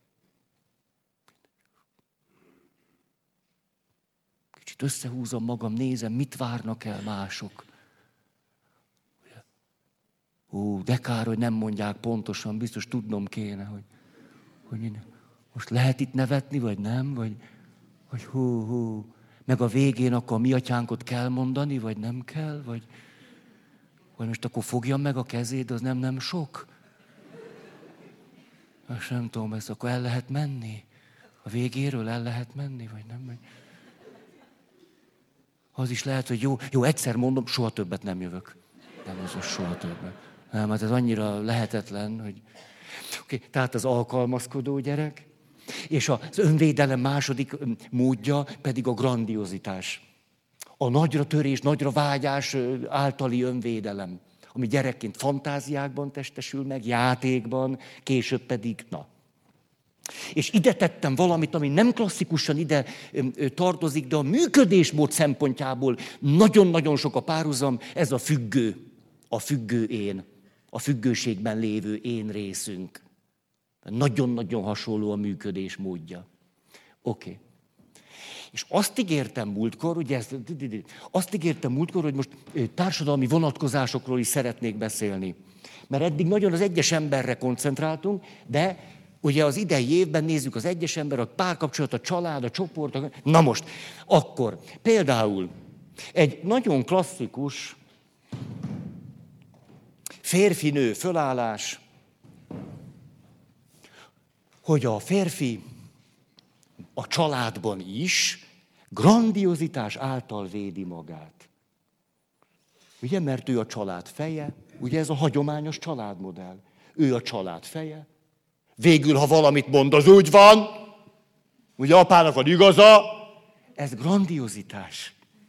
Kicsit összehúzom magam, nézem, mit várnak el mások. Ó, de kár, hogy nem mondják pontosan, biztos tudnom kéne, hogy, hogy most lehet itt nevetni, vagy nem, vagy, vagy hú, hú. Meg a végén akkor a mi atyánkot kell mondani, vagy nem kell, vagy, vagy most akkor fogjam meg a kezét, az nem, nem sok. Most nem tudom, ezt akkor el lehet menni. A végéről el lehet menni, vagy nem megy. Az is lehet, hogy jó, jó, egyszer mondom, soha többet nem jövök. Nem, az most soha többet. Nem, hát ez annyira lehetetlen, hogy... Oké, okay, tehát az alkalmazkodó gyerek, és az önvédelem második módja pedig a grandiozitás. A nagyra törés, nagyra vágyás általi önvédelem, ami gyerekként fantáziákban testesül meg, játékban, később pedig, na. És ide tettem valamit, ami nem klasszikusan ide tartozik, de a működésmód szempontjából nagyon-nagyon sok a párhuzam, ez a függő, a függő én, a függőségben lévő én részünk. Nagyon-nagyon hasonló a működés módja. Oké. Okay. És azt ígértem múltkor, ugye ezt, azt ígértem múltkor, hogy most társadalmi vonatkozásokról is szeretnék beszélni. Mert eddig nagyon az egyes emberre koncentráltunk, de ugye az idei évben nézzük az egyes ember, a párkapcsolat, a család, a csoport. A... Na most, akkor például egy nagyon klasszikus férfi-nő fölállás, hogy a férfi a családban is grandiozitás által védi magát. Ugye, mert ő a család feje, ugye ez a hagyományos családmodell. Ő a család feje. Végül, ha valamit mond, az úgy van, ugye apának van igaza, ez grandiozitás.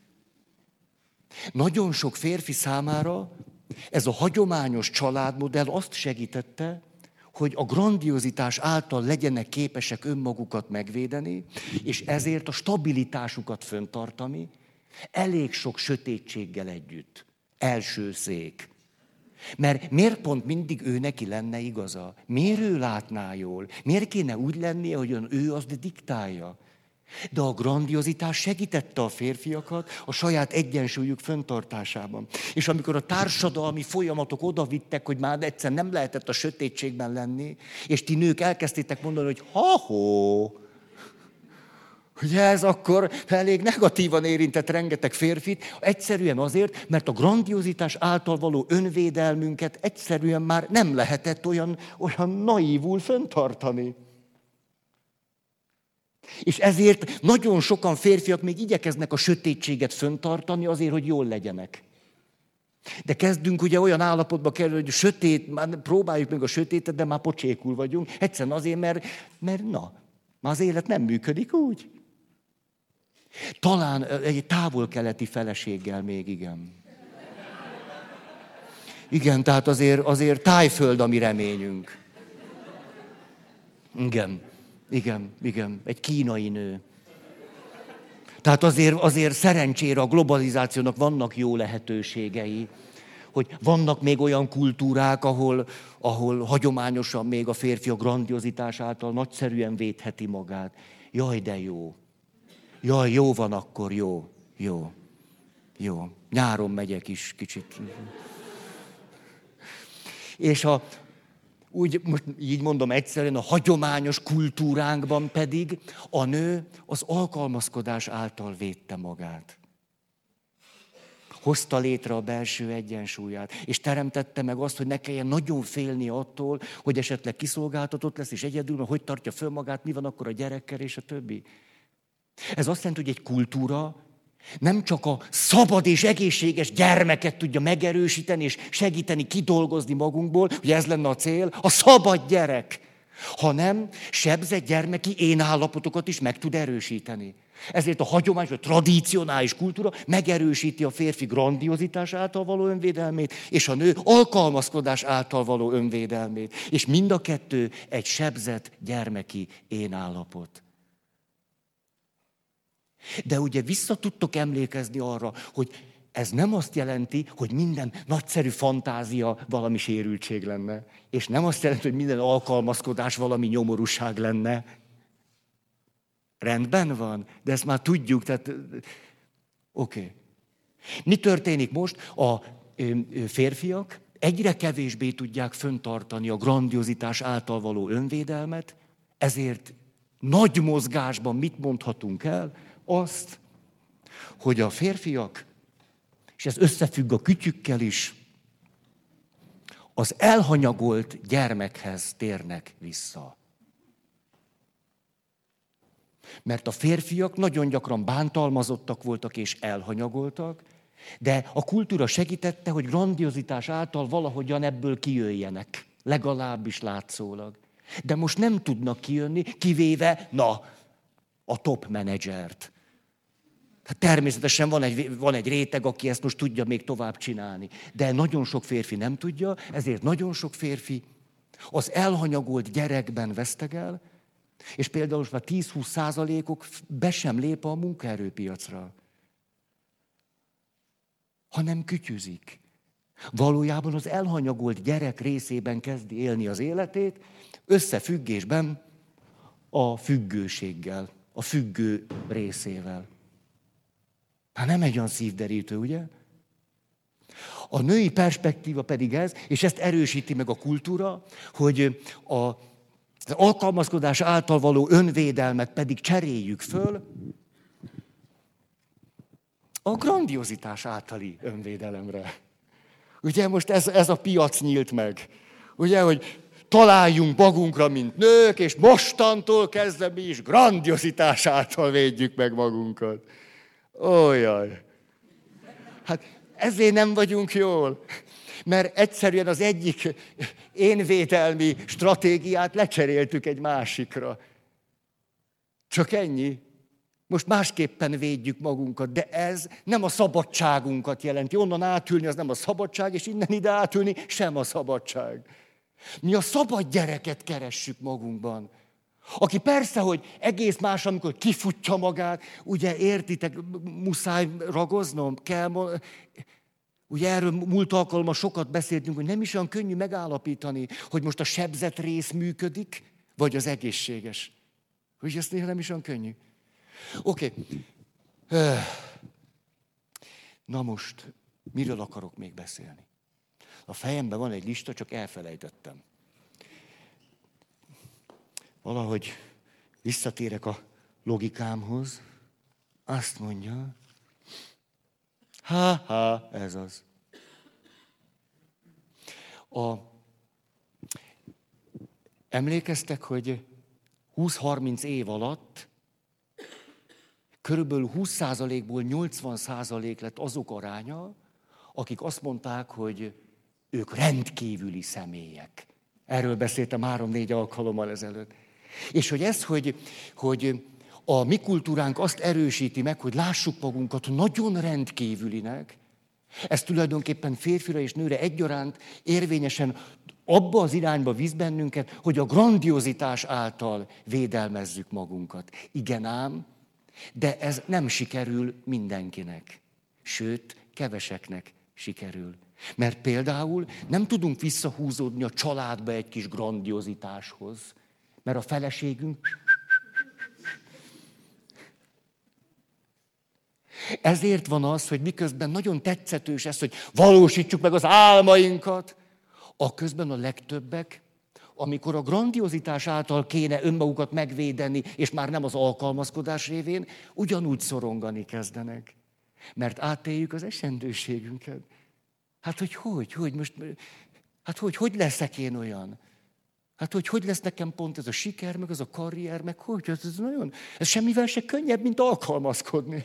Nagyon sok férfi számára ez a hagyományos családmodell azt segítette, hogy a grandiozitás által legyenek képesek önmagukat megvédeni, és ezért a stabilitásukat fenntartani, elég sok sötétséggel együtt. Első szék. Mert miért pont mindig ő neki lenne igaza? Miért ő látná jól? Miért kéne úgy lennie, hogy ő azt diktálja? De a grandiozitás segítette a férfiakat a saját egyensúlyuk fenntartásában. És amikor a társadalmi folyamatok odavittek, hogy már egyszer nem lehetett a sötétségben lenni, és ti nők elkezdtétek mondani, hogy ha-ho, hogy ez akkor elég negatívan érintett rengeteg férfit, egyszerűen azért, mert a grandiozitás által való önvédelmünket egyszerűen már nem lehetett olyan, olyan naívul fenntartani. És ezért nagyon sokan férfiak még igyekeznek a sötétséget föntartani azért, hogy jól legyenek. De kezdünk ugye olyan állapotba kerülni, hogy sötét, már próbáljuk meg a sötétet, de már pocsékul vagyunk. Egyszerűen azért, mert, mert na, már az élet nem működik úgy. Talán egy távol-keleti feleséggel még, igen. Igen, tehát azért, azért Tájföld a mi reményünk. Igen, igen, igen, egy kínai nő. Tehát azért, azért szerencsére a globalizációnak vannak jó lehetőségei, hogy vannak még olyan kultúrák, ahol, ahol hagyományosan még a férfi a grandiozitás által nagyszerűen védheti magát. Jaj, de jó. Jaj, jó van akkor, jó, jó, jó. Nyáron megyek is kicsit. És a, úgy, most így mondom egyszerűen, a hagyományos kultúránkban pedig a nő az alkalmazkodás által védte magát. Hozta létre a belső egyensúlyát, és teremtette meg azt, hogy ne kelljen nagyon félni attól, hogy esetleg kiszolgáltatott lesz, és egyedül, hogy tartja föl magát, mi van akkor a gyerekkel, és a többi. Ez azt jelenti, hogy egy kultúra nem csak a szabad és egészséges gyermeket tudja megerősíteni és segíteni kidolgozni magunkból, hogy ez lenne a cél, a szabad gyerek, hanem sebzett gyermeki énállapotokat is meg tud erősíteni. Ezért a hagyományos, a tradicionális kultúra megerősíti a férfi grandiozitás által való önvédelmét, és a nő alkalmazkodás által való önvédelmét. És mind a kettő egy sebzett gyermeki énállapot. De ugye vissza tudtok emlékezni arra, hogy ez nem azt jelenti, hogy minden nagyszerű fantázia valami sérültség lenne. És nem azt jelenti, hogy minden alkalmazkodás valami nyomorúság lenne. Rendben van, de ezt már tudjuk, tehát oké. Okay. Mi történik most? A férfiak egyre kevésbé tudják föntartani a grandiozitás által való önvédelmet, ezért nagy mozgásban mit mondhatunk el? Azt, hogy a férfiak, és ez összefügg a kütyükkel is, az elhanyagolt gyermekhez térnek vissza. Mert a férfiak nagyon gyakran bántalmazottak voltak és elhanyagoltak, de a kultúra segítette, hogy grandiozitás által valahogyan ebből kijöjjenek, legalábbis látszólag. De most nem tudnak kijönni, kivéve, na, a top menedzsert. Hát természetesen van egy, van egy réteg, aki ezt most tudja még tovább csinálni. De nagyon sok férfi nem tudja, ezért nagyon sok férfi az elhanyagolt gyerekben vesztegel, és például most már tíz-húsz százalékok be sem lép a munkaerőpiacra, hanem kütyüzik. Valójában az elhanyagolt gyerek részében kezdi élni az életét, összefüggésben a függőséggel, a függő részével. Hát nem egy olyan szívderítő, ugye? A női perspektíva pedig ez, és ezt erősíti meg a kultúra, hogy a, az alkalmazkodás által való önvédelmet pedig cseréljük föl a grandiozitás általi önvédelemre. Ugye most ez, ez a piac nyílt meg. Ugye, hogy találjunk magunkra, mint nők, és mostantól kezdve mi is grandiozitás által védjük meg magunkat. Ójaj! Hát ezért nem vagyunk jól, mert egyszerűen az egyik énvédelmi stratégiát lecseréltük egy másikra. Csak ennyi. Most másképpen védjük magunkat, de ez nem a szabadságunkat jelenti. Onnan átülni az nem a szabadság, és innen ide átülni sem a szabadság. Mi a szabad gyereket keressük magunkban. Aki persze, hogy egész más, amikor kifutja magát, ugye értitek, muszáj ragoznom, kell, ugye erről múlt alkalommal sokat beszéltünk, hogy nem is olyan könnyű megállapítani, hogy most a sebzett rész működik, vagy az egészséges. Hogy ezt néha nem is olyan könnyű. Oké. Okay. Na most, miről akarok még beszélni? A fejemben van egy lista, csak elfelejtettem. Valahogy visszatérek a logikámhoz. Azt mondja, ha-ha, ez az. A... Emlékeztek, hogy húsz-harminc év alatt körülbelül húsz százalékból nyolcvan százalék lett azok aránya, akik azt mondták, hogy ők rendkívüli személyek. Erről beszéltem három-négy alkalommal ezelőtt. És hogy ez, hogy, hogy a mi kultúránk azt erősíti meg, hogy lássuk magunkat nagyon rendkívülinek, ez tulajdonképpen férfira és nőre egyaránt érvényesen abba az irányba visz bennünket, hogy a grandiozitás által védelmezzük magunkat. Igen ám, de ez nem sikerül mindenkinek. Sőt, keveseknek sikerül. Mert például nem tudunk visszahúzódni a családba egy kis grandiozitáshoz, mert a feleségünk... Ezért van az, hogy miközben nagyon tetszetős ez, hogy valósítsuk meg az álmainkat, a közben a legtöbbek, amikor a grandiozitás által kéne önmagukat megvédeni, és már nem az alkalmazkodás révén, ugyanúgy szorongani kezdenek. Mert átéljük az esendőségünket. Hát, hogy hogy, hogy most, hát hogy, hogy leszek én olyan? Hát, hogy hogy lesz nekem pont ez a siker, meg az a karrier, meg hogy, ez, ez nagyon, ez semmivel se könnyebb, mint alkalmazkodni.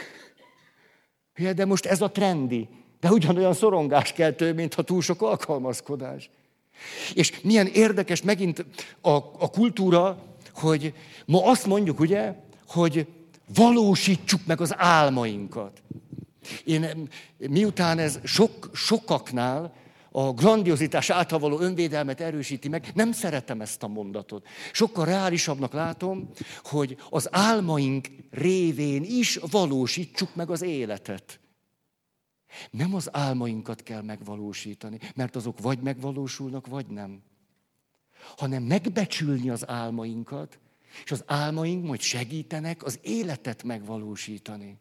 Ja, de most ez a trendi, de ugyanolyan szorongáskeltő, mint ha túl sok alkalmazkodás. És milyen érdekes megint a, a kultúra, hogy ma azt mondjuk, ugye, hogy valósítsuk meg az álmainkat. Én miután ez sok, sokaknál a grandiozitás által való önvédelmet erősíti meg, nem szeretem ezt a mondatot. Sokkal reálisabbnak látom, hogy az álmaink révén is valósítsuk meg az életet. Nem az álmainkat kell megvalósítani, mert azok vagy megvalósulnak, vagy nem. Hanem megbecsülni az álmainkat, és az álmaink majd segítenek az életet megvalósítani.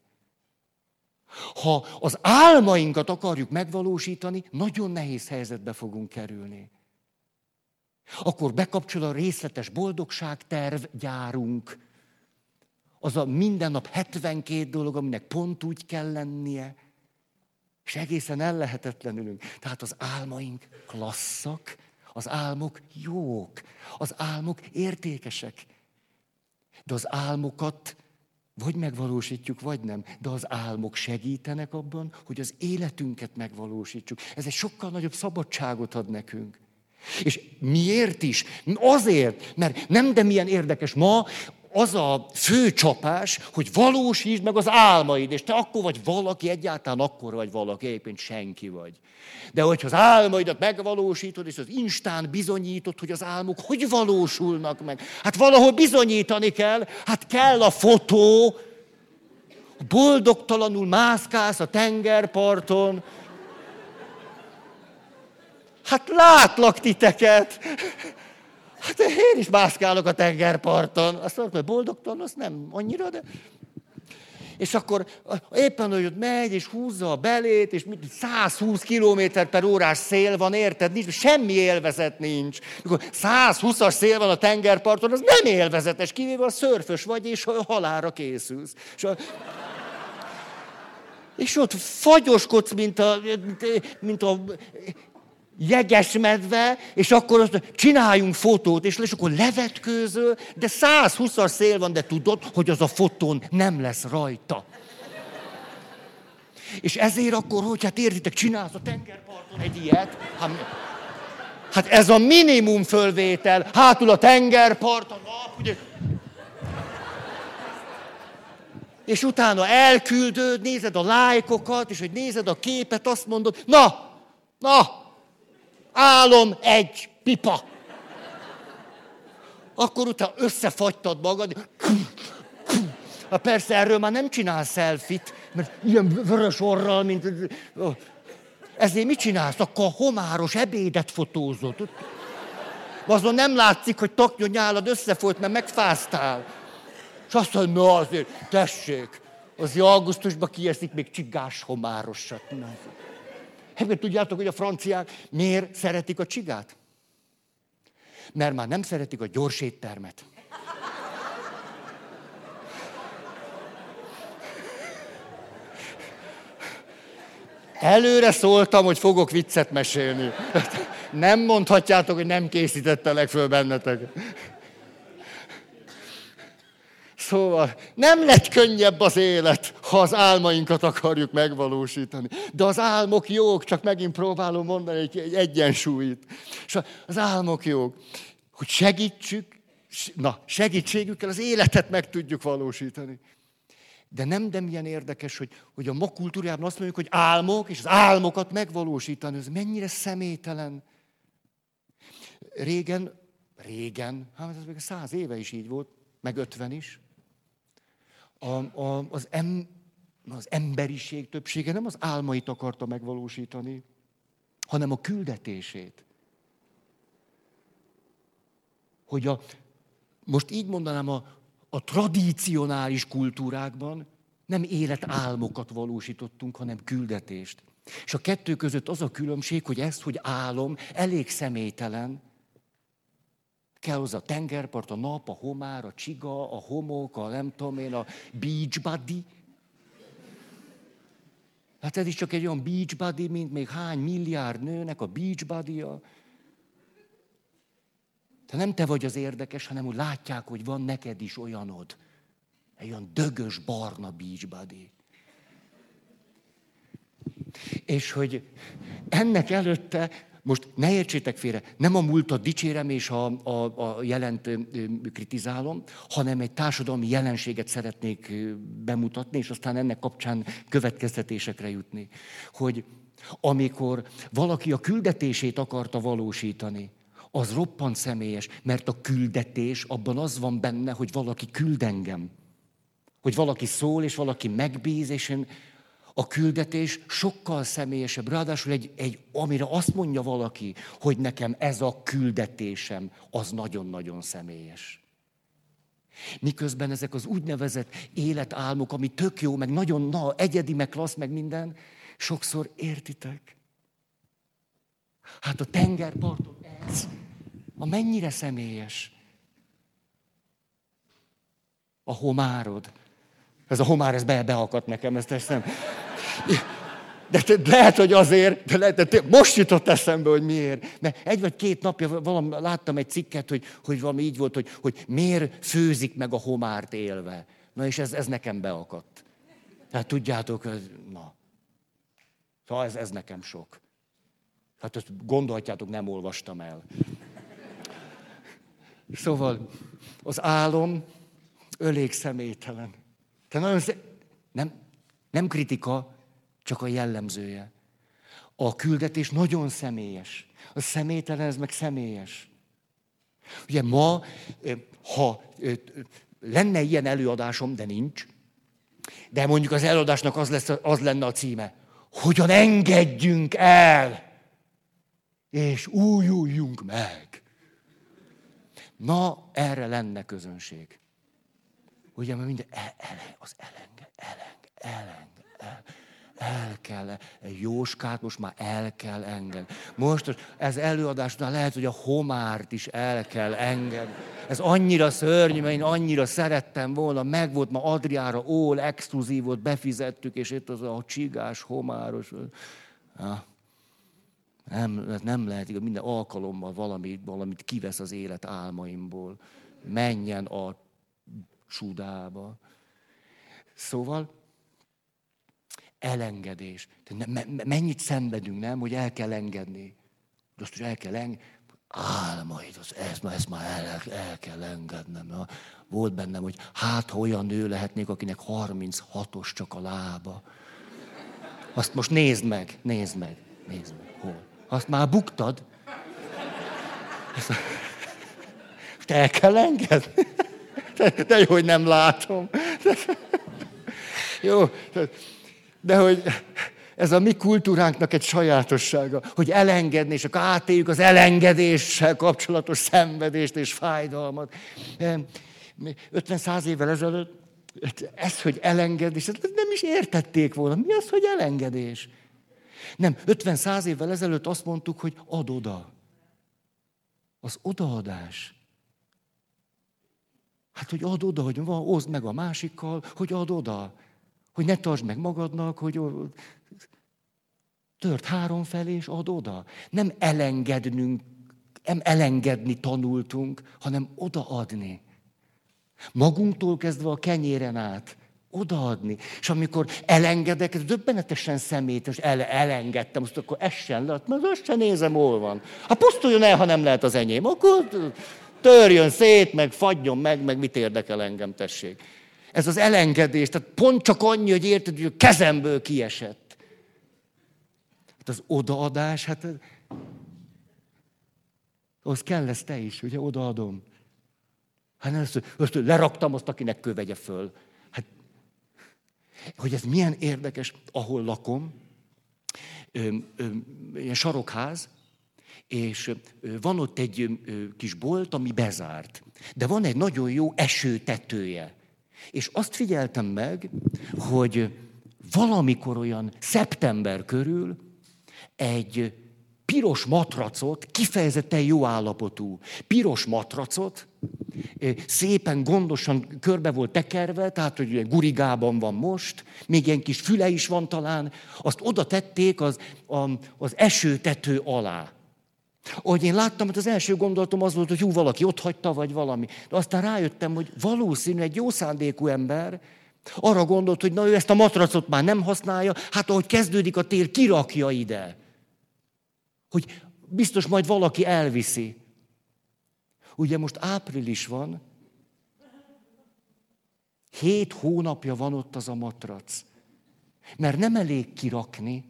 Ha az álmainkat akarjuk megvalósítani, nagyon nehéz helyzetbe fogunk kerülni. Akkor bekapcsol a részletes boldogságterv gyárunk. Az a minden nap hetvenkét dolog, aminek pont úgy kell lennie, és egészen ellehetetlenülünk. Tehát az álmaink klasszak, az álmok jók, az álmok értékesek. De az álmokat vagy megvalósítjuk, vagy nem. De az álmok segítenek abban, hogy az életünket megvalósítsuk. Ez egy sokkal nagyobb szabadságot ad nekünk. És miért is? Azért, mert nem, de milyen érdekes ma, az a fő csapás, hogy valósítsd meg az álmaid, és te akkor vagy valaki, egyáltalán akkor vagy valaki, egyébként senki vagy. De hogyha az álmaidat megvalósítod, és az instán bizonyítod, hogy az álmok hogy valósulnak meg. Hát valahol bizonyítani kell, hát kell a fotó, boldogtalanul mászkálsz a tengerparton. Hát látlak titeket. Hát én is mászkálok a tengerparton. Azt mondom, hogy boldogtalan, az nem annyira, de... És akkor éppen, hogy ott megy, és húzza a belét, és száz húsz kilométer per órás szél van, érted? Nincs, semmi élvezet nincs. Mikor száz húszas szél van a tengerparton, az nem élvezetes, kivéve a szörfös vagy, és a halálra készülsz. És, a... és ott fagyoskodsz, mint a... Mint a jeges medve, és akkor azt csináljunk fotót, és, és akkor levetkőzöl, de száz húszas szél van, de tudod, hogy az a fotón nem lesz rajta. És ezért akkor, hogy hát értitek, csinálsz a tengerparton egy ilyet, hát, hát ez a minimum fölvétel, hátul a tengerpart, a nap, ugye, és utána elküldöd, nézed a lájkokat, és hogy nézed a képet, azt mondod, na, na, álom egy pipa. Akkor utána összefagytad magad. Hát persze erről már nem csinálsz selfit, mert ilyen vörös orral, mint... Ezért mit csinálsz? Akkor a homáros ebédet fotózod. Azon nem látszik, hogy taknyonyálad összefolyt, mert megfáztál. És azt mondja, na azért, tessék, azért augusztusban kieszik még csigás homárosat. Egyébként tudjátok, hogy a franciák miért szeretik a csigát? Mert már nem szeretik a gyors éttermet. Előre szóltam, hogy fogok viccet mesélni. Nem mondhatjátok, hogy nem készítettelek föl bennetek. Szóval nem lett könnyebb az élet, ha az álmainkat akarjuk megvalósítani. De az álmok jók, csak megint próbálom mondani egy, egy egyensúlyt. És az álmok jók, hogy segítsük, na, segítségükkel az életet meg tudjuk valósítani. De nem, de milyen érdekes, hogy, hogy a ma kultúrában azt mondjuk, hogy álmok, és az álmokat megvalósítani. Ez mennyire személytelen. Régen, régen, hát ez még száz éve is így volt, meg ötven is. A, a, az, em, az emberiség többsége nem az álmait akarta megvalósítani, hanem a küldetését. Hogy a, most így mondanám, a, a tradicionális kultúrákban nem életálmokat valósítottunk, hanem küldetést. És a kettő között az a különbség, hogy ezt, hogy álom, elég személytelen. Kell hozzá a tengerpart, a nap, a homár, a csiga, a homok, a nem tudom én, a beach body. Hát ez is csak egy olyan beach body, mint még hány milliárd nőnek a beach body-ja. Te nem te vagy az érdekes, hanem úgy látják, hogy van neked is olyanod. Egy olyan dögös, barna beach body. És hogy ennek előtte, most ne értsétek félre, nem a múltat dicsérem és a, a, a jelent kritizálom, hanem egy társadalmi jelenséget szeretnék bemutatni, és aztán ennek kapcsán következtetésekre jutni. Hogy amikor valaki a küldetését akarta valósítani, az roppant személyes, mert a küldetés, abban az van benne, hogy valaki küld engem. Hogy valaki szól, és valaki megbíz, és én a küldetés sokkal személyesebb. Ráadásul egy, egy, amire azt mondja valaki, hogy nekem ez a küldetésem, az nagyon-nagyon személyes. Miközben ezek az úgynevezett életálmok, ami tök jó, meg nagyon na, egyedi, meg klassz, meg minden, sokszor értitek. Hát a tengerparton ez, a mennyire személyes. A homárod. Ez a homár, ez be, beakadt nekem, ezt teszem. De, de lehet, hogy azért, de lehet, de most jutott eszembe, hogy miért. Mert egy vagy két napja valami, láttam egy cikket, hogy, hogy valami így volt, hogy, hogy miért főzik meg a homárt élve. Na és ez, ez nekem beakadt. Tehát tudjátok, ez, na. Szóval ez, ez nekem sok. Hát ezt gondolhatjátok, nem olvastam el. Szóval az álom elég személytelen. Te nagyon szé... nem, nem kritika, csak a jellemzője. A küldetés nagyon személyes. A személytelen, ez meg személyes. Ugye ma, ha lenne ilyen előadásom, de nincs, de mondjuk az előadásnak az, lesz, az lenne a címe, hogyan engedjünk el, és újuljunk meg. Na, erre lenne közönség. Ugye, mert minden, el, el, az elenge, elenge, elenge, el, el kell, Jóskát most már el kell engedni. Most ez előadásnál lehet, hogy a homárt is el kell engedni. Ez annyira szörnyű, mert én annyira szerettem volna, meg volt ma Adriára, all exkluzívot befizettük, és itt az a csigás, homáros. Ja. Nem, nem lehet, minden alkalommal valamit, valamit kivesz az élet álmaimból. Menjen a sudába. Szóval elengedés. Mennyit szenvedünk, nem, hogy el kell engedni. Azt is el kell engedni. Álmaid, az, ezt, ezt már el, el kell engednem. Volt bennem, hogy hát, ha olyan nő lehetnék, akinek harminchatos csak a lába. Azt most nézd meg, nézd meg, nézd meg. Hol? Azt már buktad. Ezt, te el kell engedni. De jó, hogy nem látom. Jó, de hogy ez a mi kultúránknak egy sajátossága, hogy elengedni, és akkor átéljük az elengedéssel kapcsolatos szenvedést és fájdalmat. ötven-száz évvel ezelőtt ez, hogy elengedés, nem is értették volna. Mi az, hogy elengedés? Nem, ötven-száz évvel ezelőtt azt mondtuk, hogy add oda. Az odaadás. Hát, hogy add oda, hogy van, oszd meg a másikkal, hogy add oda. Hogy ne tartsd meg magadnak, hogy tört három felé, és add oda. Nem elengednünk, nem elengedni tanultunk, hanem odaadni. Magunktól kezdve a kenyéren át. Odaadni. És amikor elengedek, ez döbbenetesen szemétes, el, elengedtem, azt akkor essen le, mert azt sem nézem, hol van. Hát pusztuljon el, ha nem lehet az enyém. Akkor törjön szét, meg fagyjon meg, meg mit érdekel engem, tessék. Ez az elengedés, tehát pont csak annyi, hogy érted, hogy a kezemből kiesett. Hát az odaadás, hát az kell lesz te is, ugye odaadom. Hát nem azt, azt leraktam azt, akinek kövegye föl. Hát, hogy ez milyen érdekes, ahol lakom, ö, ö, ilyen sarokház, és ö, van ott egy ö, kis bolt, ami bezárt. De van egy nagyon jó esőtetője. És azt figyeltem meg, hogy valamikor olyan szeptember körül egy piros matracot, kifejezetten jó állapotú piros matracot, szépen, gondosan körbe volt tekerve, tehát, hogy gurigában van most, még ilyen kis füle is van talán, azt oda tették az, az esőtető alá. Ahogy én láttam, hogy az első gondolatom az volt, hogy hú, valaki ott hagyta, vagy valami. De aztán rájöttem, hogy valószínű egy jó szándékú ember arra gondolt, hogy na ő ezt a matracot már nem használja, hát ahogy kezdődik a tél, kirakja ide. Hogy biztos majd valaki elviszi. Ugye most április van, hét hónapja van ott az a matrac. Mert nem elég kirakni,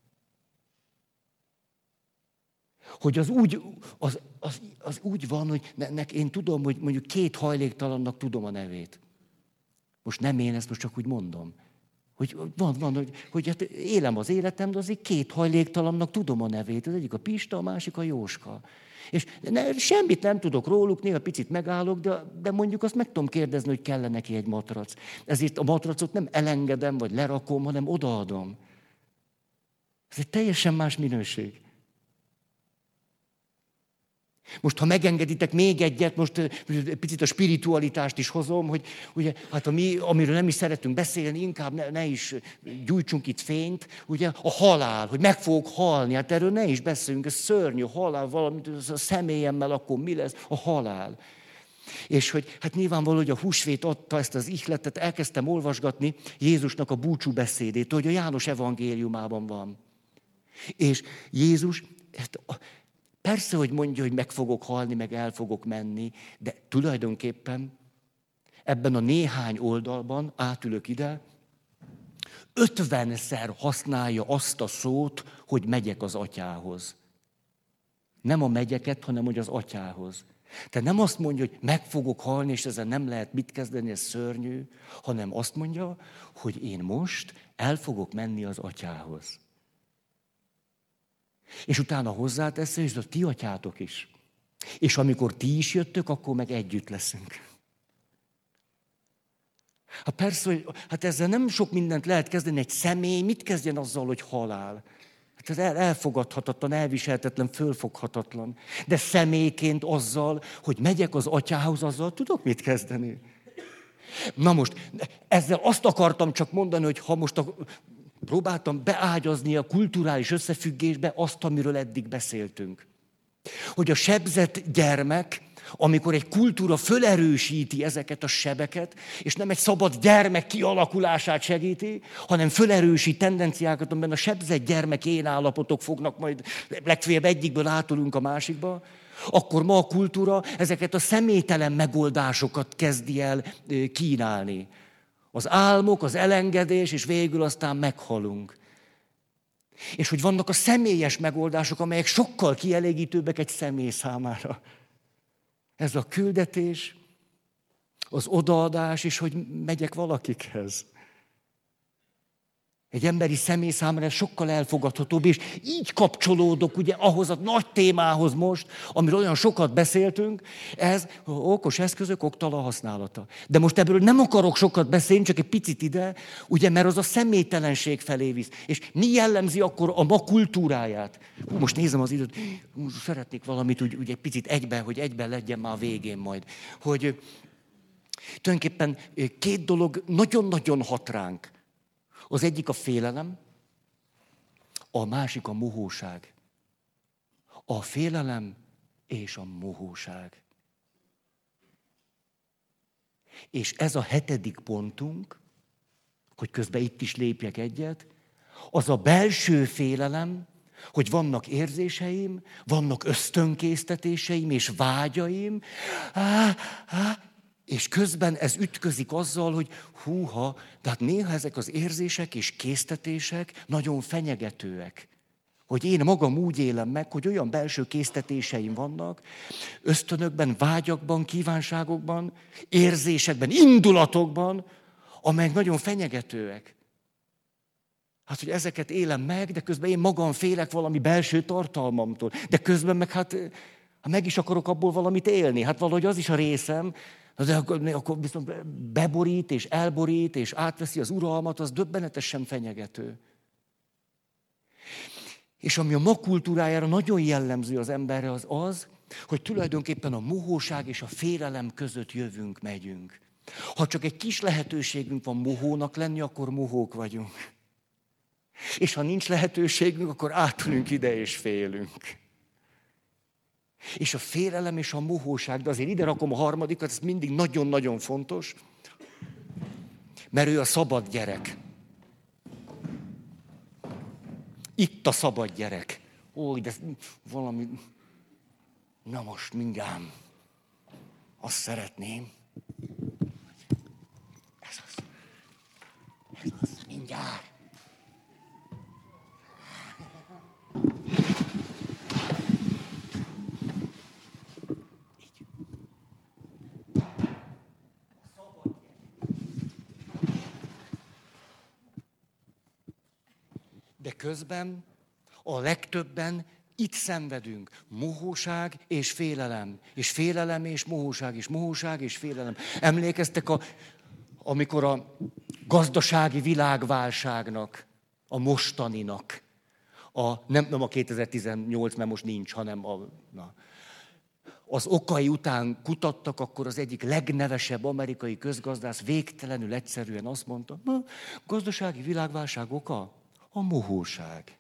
hogy az úgy, az, az, az úgy van, hogy nek, én tudom, hogy mondjuk két hajléktalannak tudom a nevét. Most nem én ezt most csak úgy mondom. Hogy van, van, hogy, hogy hát élem az életem, de azért két hajléktalannak tudom a nevét. Az egyik a Pista, a másik a Jóska. És ne, semmit nem tudok róluk, néha picit megállok, de, de mondjuk azt meg tudom kérdezni, hogy kellene neki egy matrac. Ezért a matracot nem elengedem, vagy lerakom, hanem odaadom. Ez egy teljesen más minőség. Most, ha megengeditek még egyet, most picit a spiritualitást is hozom, hogy ugye, hát a mi, amiről nem is szeretünk beszélni, inkább ne, ne is gyújtsunk itt fényt, ugye, a halál, hogy meg fogok halni, hát erről ne is beszéljünk, ez szörnyű, halál, valamit, a személyemmel akkor mi lesz, a halál. És hogy hát nyilvánvaló, hogy a húsvét adta ezt az ihletet, elkezdtem olvasgatni Jézusnak a búcsú beszédét, hogy a János evangéliumában van. És Jézus, ezt, persze, hogy mondja, hogy meg fogok halni, meg el fogok menni, de tulajdonképpen ebben a néhány oldalban, átülök ide, ötvenszer használja azt a szót, hogy megyek az atyához. Nem a megyeket, hanem hogy az atyához. Tehát nem azt mondja, hogy meg fogok halni, és ezzel nem lehet mit kezdeni, ez szörnyű, hanem azt mondja, hogy én most el fogok menni az atyához. És utána hozzátesz, és a ti atyátok is. És amikor ti is jöttök, akkor meg együtt leszünk. Hát persze, hogy hát ezzel nem sok mindent lehet kezdeni. Egy személy mit kezdjen azzal, hogy halál? Hát ez elfogadhatatlan, elviselhetetlen, fölfoghatatlan. De személyként azzal, hogy megyek az atyához, azzal tudok mit kezdeni. Na most, ezzel azt akartam csak mondani, hogy ha most a... próbáltam beágyazni a kulturális összefüggésbe azt, amiről eddig beszéltünk. Hogy a sebzett gyermek, amikor egy kultúra fölerősíti ezeket a sebeket, és nem egy szabad gyermek kialakulását segíti, hanem fölerősít tendenciákat, amiben a sebzett gyermek én állapotok fognak majd legfeljebb egyikből átulunk a másikba, akkor ma a kultúra ezeket a személytelen megoldásokat kezdi el kínálni. Az álmok, az elengedés, és végül aztán meghalunk. És hogy vannak a személyes megoldások, amelyek sokkal kielégítőbbek egy személy számára. Ez a küldetés, az odaadás, és hogy megyek valakikhez. Egy emberi személy számára ez sokkal elfogadhatóbb, és így kapcsolódok ugye ahhoz a nagy témához most, amiről olyan sokat beszéltünk, ez okos eszközök oktala használata. De most ebből nem akarok sokat beszélni, csak egy picit ide, ugye, mert az a személytelenség felé visz. És mi jellemzi akkor a ma kultúráját? Hú, most nézem az időt, hú, szeretnék valamit úgy, úgy egy picit egyben, hogy egyben legyen már a végén majd. Hogy tulajdonképpen két dolog nagyon-nagyon hat ránk. Az egyik a félelem, a másik a mohóság. A félelem és a mohóság. És ez a hetedik pontunk, hogy közben itt is lépjek egyet, az a belső félelem, hogy vannak érzéseim, vannak ösztönkésztetéseim és vágyaim, á, á, és közben ez ütközik azzal, hogy húha, tehát néha ezek az érzések és késztetések nagyon fenyegetőek. Hogy én magam úgy élem meg, hogy olyan belső késztetéseim vannak, ösztönökben, vágyakban, kívánságokban, érzésekben, indulatokban, amelyek nagyon fenyegetőek. Hát, hogy ezeket élem meg, de közben én magam félek valami belső tartalmamtól. De közben meg hát, hát meg is akarok abból valamit élni. Hát valahogy az is a részem, de akkor, akkor viszont beborít és elborít és átveszi az uralmat, az döbbenetesen fenyegető. És ami a ma kultúrájára nagyon jellemző az emberre, az az, hogy tulajdonképpen a mohóság és a félelem között jövünk, megyünk. Ha csak egy kis lehetőségünk van mohónak lenni, akkor mohók vagyunk. És ha nincs lehetőségünk, akkor átülünk ide és félünk. És a félelem és a mohóság, de azért ide rakom a harmadikat, ez mindig nagyon-nagyon fontos, mert ő a szabad gyerek. Itt a szabad gyerek. Ó, de valami... Na most mindjárt. Azt szeretném. Ez az. Ez az. Mindjárt. De közben a legtöbben itt szenvedünk. Mohóság és félelem. És félelem és mohóság. És mohóság és félelem. Emlékeztek, a, amikor a gazdasági világválságnak, a mostaninak, a, nem, nem a kétezer-tizennyolc, mert most nincs, hanem a, na, az okai után kutattak, akkor az egyik legnevesebb amerikai közgazdász végtelenül egyszerűen azt mondta, na, gazdasági világválság oka? A mohóság.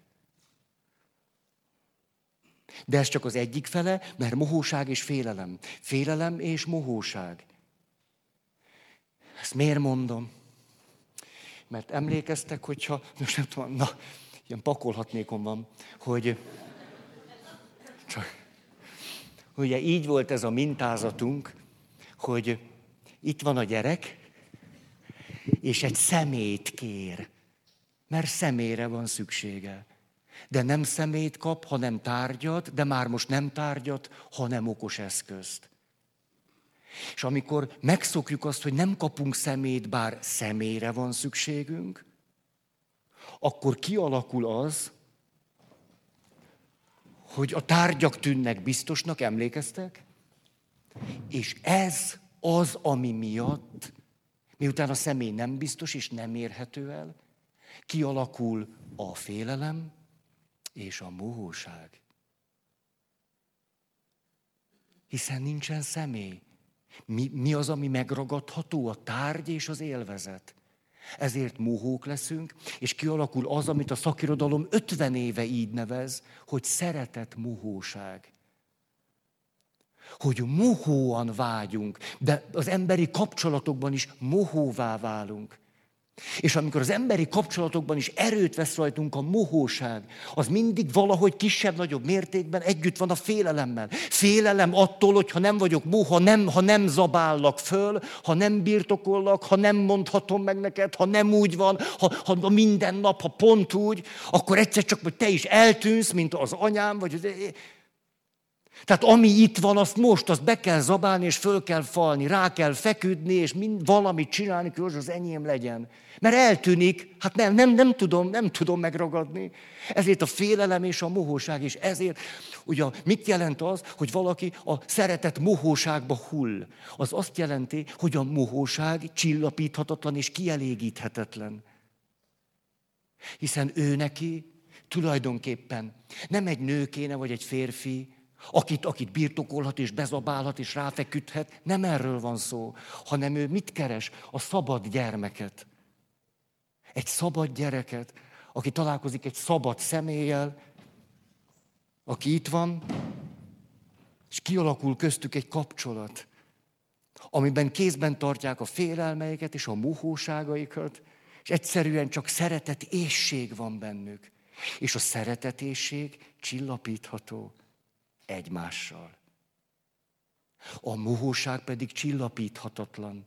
De ez csak az egyik fele, mert mohóság és félelem. Félelem és mohóság. Ezt miért mondom? Mert emlékeztek, hogyha, most nem tudom, na, ilyen pakolhatnékom van, hogy csak, ugye így volt ez a mintázatunk, hogy itt van a gyerek, és egy szemét kér. Mert személyre van szüksége. De nem szemét kap, hanem tárgyat, de már most nem tárgyat, hanem okos eszközt. És amikor megszokjuk azt, hogy nem kapunk szemét, bár személyre van szükségünk, akkor kialakul az, hogy a tárgyak tűnnek biztosnak, emlékeztek? És ez az, ami miatt, miután a személy nem biztos és nem érhető el, kialakul a félelem és a mohóság. Hiszen nincsen személy. Mi, mi az, ami megragadható? A tárgy és az élvezet. Ezért mohók leszünk, és kialakul az, amit a szakirodalom ötven éve így nevez, hogy szeretet mohóság. Hogy mohóan vágyunk, de az emberi kapcsolatokban is mohóvá válunk. És amikor az emberi kapcsolatokban is erőt vesz rajtunk a mohóság, az mindig valahogy kisebb-nagyobb mértékben együtt van a félelemmel. Félelem attól, hogy ha nem vagyok moha, nem, ha nem zabállak föl, ha nem birtokollak, ha nem mondhatom meg neked, ha nem úgy van, ha, ha minden nap, ha pont úgy, akkor egyszer csak, hogy te is eltűnsz, mint az anyám, vagy az... Tehát ami itt van, azt most, azt be kell zabálni, és föl kell falni, rá kell feküdni, és mind, valamit csinálni, hogy az enyém legyen. Mert eltűnik, hát nem, nem, nem tudom, nem tudom megragadni. Ezért a félelem és a mohóság, és ezért, ugye mit jelent az, hogy valaki a szeretet mohóságba hull? Az azt jelenti, hogy a mohóság csillapíthatatlan és kielégíthetetlen. Hiszen ő neki tulajdonképpen nem egy nő kéne, vagy egy férfi, Akit, akit birtokolhat és bezabálhat és ráfeküdhet, nem erről van szó, hanem ő mit keres? A szabad gyermeket. Egy szabad gyereket, aki találkozik egy szabad személlyel, aki itt van, és kialakul köztük egy kapcsolat. amiben kézben tartják a félelmeiket és a mohóságaikat, és egyszerűen csak szeretetésség van bennük. És a szeretetésség csillapítható egymással. A mohóság pedig csillapíthatatlan.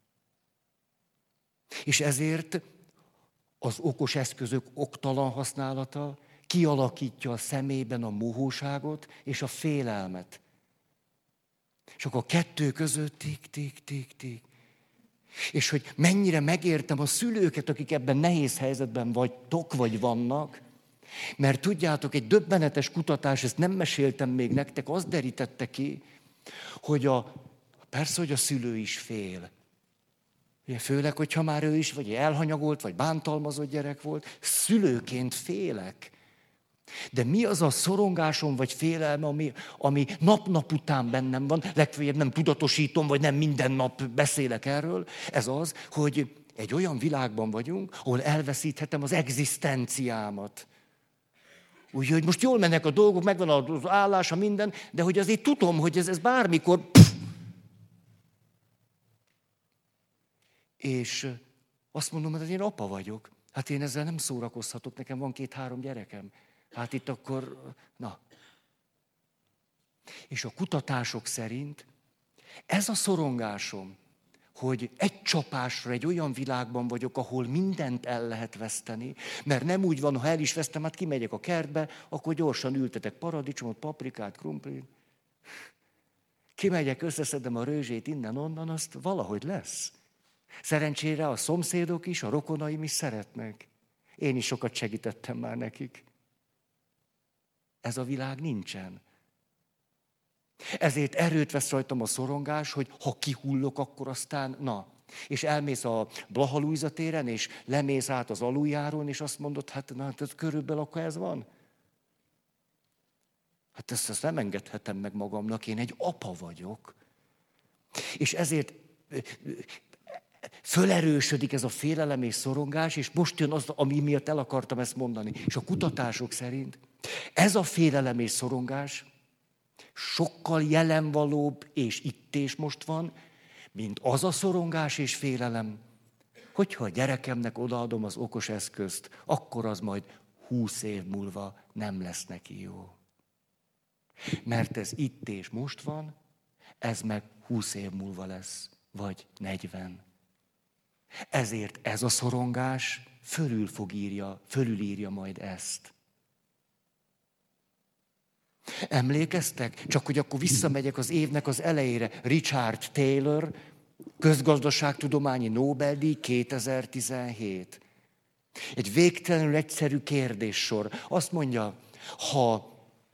És ezért az okos eszközök oktalan használata kialakítja a szemében a mohóságot és a félelmet. És akkor a kettő között tik, tik, tik, tik. És hogy mennyire megértem a szülőket, akik ebben nehéz helyzetben vagytok, vagy vannak, mert tudjátok, egy döbbenetes kutatás, ezt nem meséltem még nektek, azt derítette ki, hogy a, persze, hogy a szülő is fél. Ugye, főleg, hogyha már ő is, vagy elhanyagolt, vagy bántalmazott gyerek volt, szülőként félek. De mi az a szorongásom, vagy félelme, ami, ami nap-nap után bennem van, legfeljebb nem tudatosítom, vagy nem minden nap beszélek erről, ez az, hogy egy olyan világban vagyunk, ahol elveszíthetem az egzisztenciámat. Úgyhogy most jól mennek a dolgok, megvan az állása, minden, de hogy azért tudom, hogy ez, ez bármikor... Pff. És azt mondom, hogy én apa vagyok. Hát én ezzel nem szórakozhatok, nekem van két-három gyerekem. Hát itt akkor, na. És a kutatások szerint ez a szorongásom, hogy egy csapásra egy olyan világban vagyok, ahol mindent el lehet veszteni, mert nem úgy van, ha el is vesztem, hát kimegyek a kertbe, akkor gyorsan ültetek paradicsomot, paprikát, krumplit. Kimegyek, összeszedem a rőzsét innen-onnan, azt valahogy lesz. Szerencsére a szomszédok is, a rokonaim is szeretnek. Én is sokat segítettem már nekik. Ez a világ nincsen. Ezért erőt vesz rajtam a szorongás, hogy ha kihullok, akkor aztán, na. És elmész a Blaha Lujza téren, és lemész át az aluljáron, és azt mondod, hát na, hát körülbelül akkor ez van. Hát ezt, ezt nem engedhetem meg magamnak, én egy apa vagyok. És ezért fölerősödik ez a félelem és szorongás, és most jön az, ami miatt el akartam ezt mondani. És a kutatások szerint ez a félelem és szorongás sokkal jelenvalóbb és itt és most van, mint az a szorongás és félelem, hogyha a gyerekemnek odaadom az okos eszközt, akkor az majd húsz év múlva nem lesz neki jó. Mert ez itt és most van, ez meg húsz év múlva lesz, vagy negyven. Ezért ez a szorongás fölül fog írja, fölülírja majd ezt. Emlékeztek? Csak hogy akkor visszamegyek az évnek az elejére. Richard Taylor, közgazdaságtudományi Nobel-díj kétezer-tizenhét. Egy végtelenül egyszerű kérdéssor. Azt mondja, ha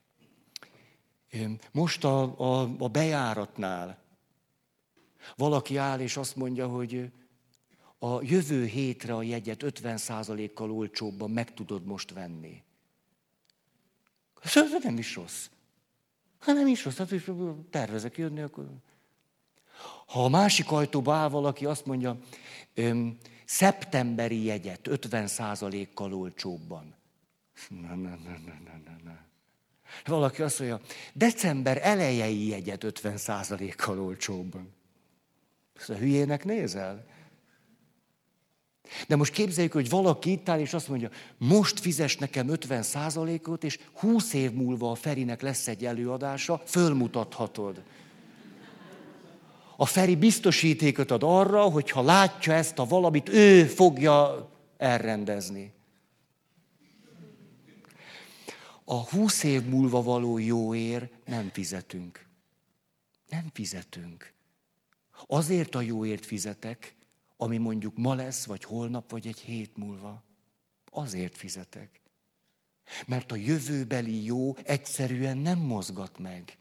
most a, a, a bejáratnál valaki áll és azt mondja, hogy a jövő hétre a jegyet ötven százalékkal olcsóbban meg tudod most venni. Ez nem is rossz. Hát nem is rossz, hát is tervezek jönni, akkor... Ha a másik ajtóba áll valaki, azt mondja, öm, szeptemberi jegyet ötven százalékkal olcsóbban. Na, na, na, na, na, na, na. Valaki azt mondja, december elejei jegyet ötven százalékkal olcsóbban. Ezt a hülyének nézel? De most képzeljük, hogy valaki itt áll, és azt mondja, most fizes nekem ötven százalékot, és húsz év múlva a Ferinek lesz egy előadása, fölmutathatod. A Feri biztosítékot ad arra, hogy ha látja ezt a valamit, ő fogja elrendezni. A húsz év múlva való jóért nem fizetünk. Nem fizetünk. Azért a jóért fizetek, ami mondjuk ma lesz, vagy holnap, vagy egy hét múlva. Azért fizetek. Mert a jövőbeli jó egyszerűen nem mozgat meg.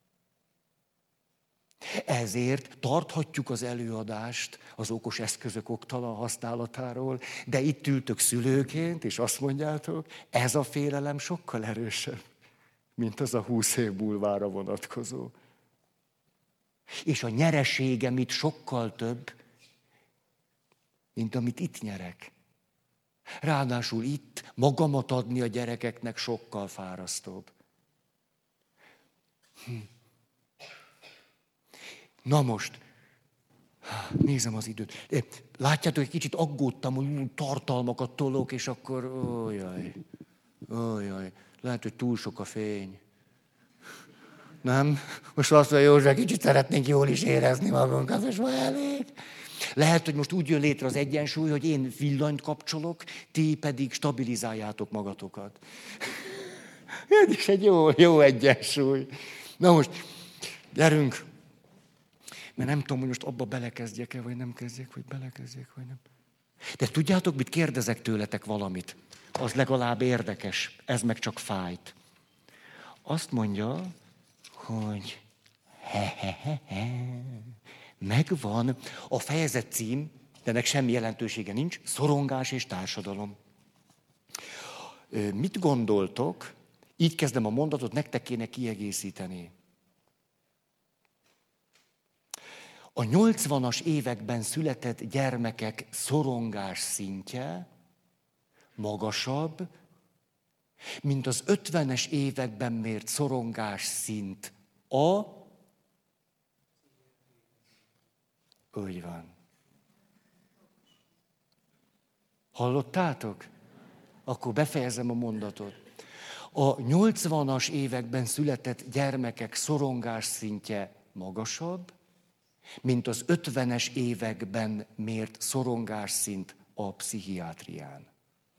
Ezért tarthatjuk az előadást az okos eszközök oktalan használatáról, de itt ültök szülőként, és azt mondjátok, ez a félelem sokkal erősebb, mint az a húsz év múlvára vonatkozó. És a nyereségem itt sokkal több, mint amit itt nyerek. Ráadásul itt magamat adni a gyerekeknek sokkal fárasztóbb. Hm. Na most, Nézem az időt. Látjátok, egy kicsit aggódtam, hogy tartalmakat tolok, és akkor, ójaj, ójaj, lehet, hogy túl sok a fény. Nem? Most azt mondja, József, kicsit szeretnénk jól is érezni magunkat, és már elég. Lehet, hogy most úgy jön létre az egyensúly, hogy én villanyt kapcsolok, ti pedig stabilizáljátok magatokat. Ez is egy jó, jó egyensúly. Na most, gyerünk. Mert nem tudom, hogy most abba belekezdjek-e, vagy nem kezdjek, vagy belekezdjek, vagy nem. De tudjátok, mit kérdezek tőletek valamit? Az legalább érdekes, ez meg csak fájt. Azt mondja, hogy he-he-he-he, megvan a fejezet cím, de ennek semmi jelentősége nincs, szorongás és társadalom. Mit gondoltok? Így kezdem a mondatot, nektek kéne kiegészíteni. A nyolcvanas években született gyermekek szorongás szintje magasabb, mint az ötvenes években mért szorongás szint. A... Úgy van. Hallottátok? Akkor befejezem a mondatot. A nyolcvanas években született gyermekek szorongás szintje magasabb, mint az ötvenes években mért szorongás szint a pszichiátrián.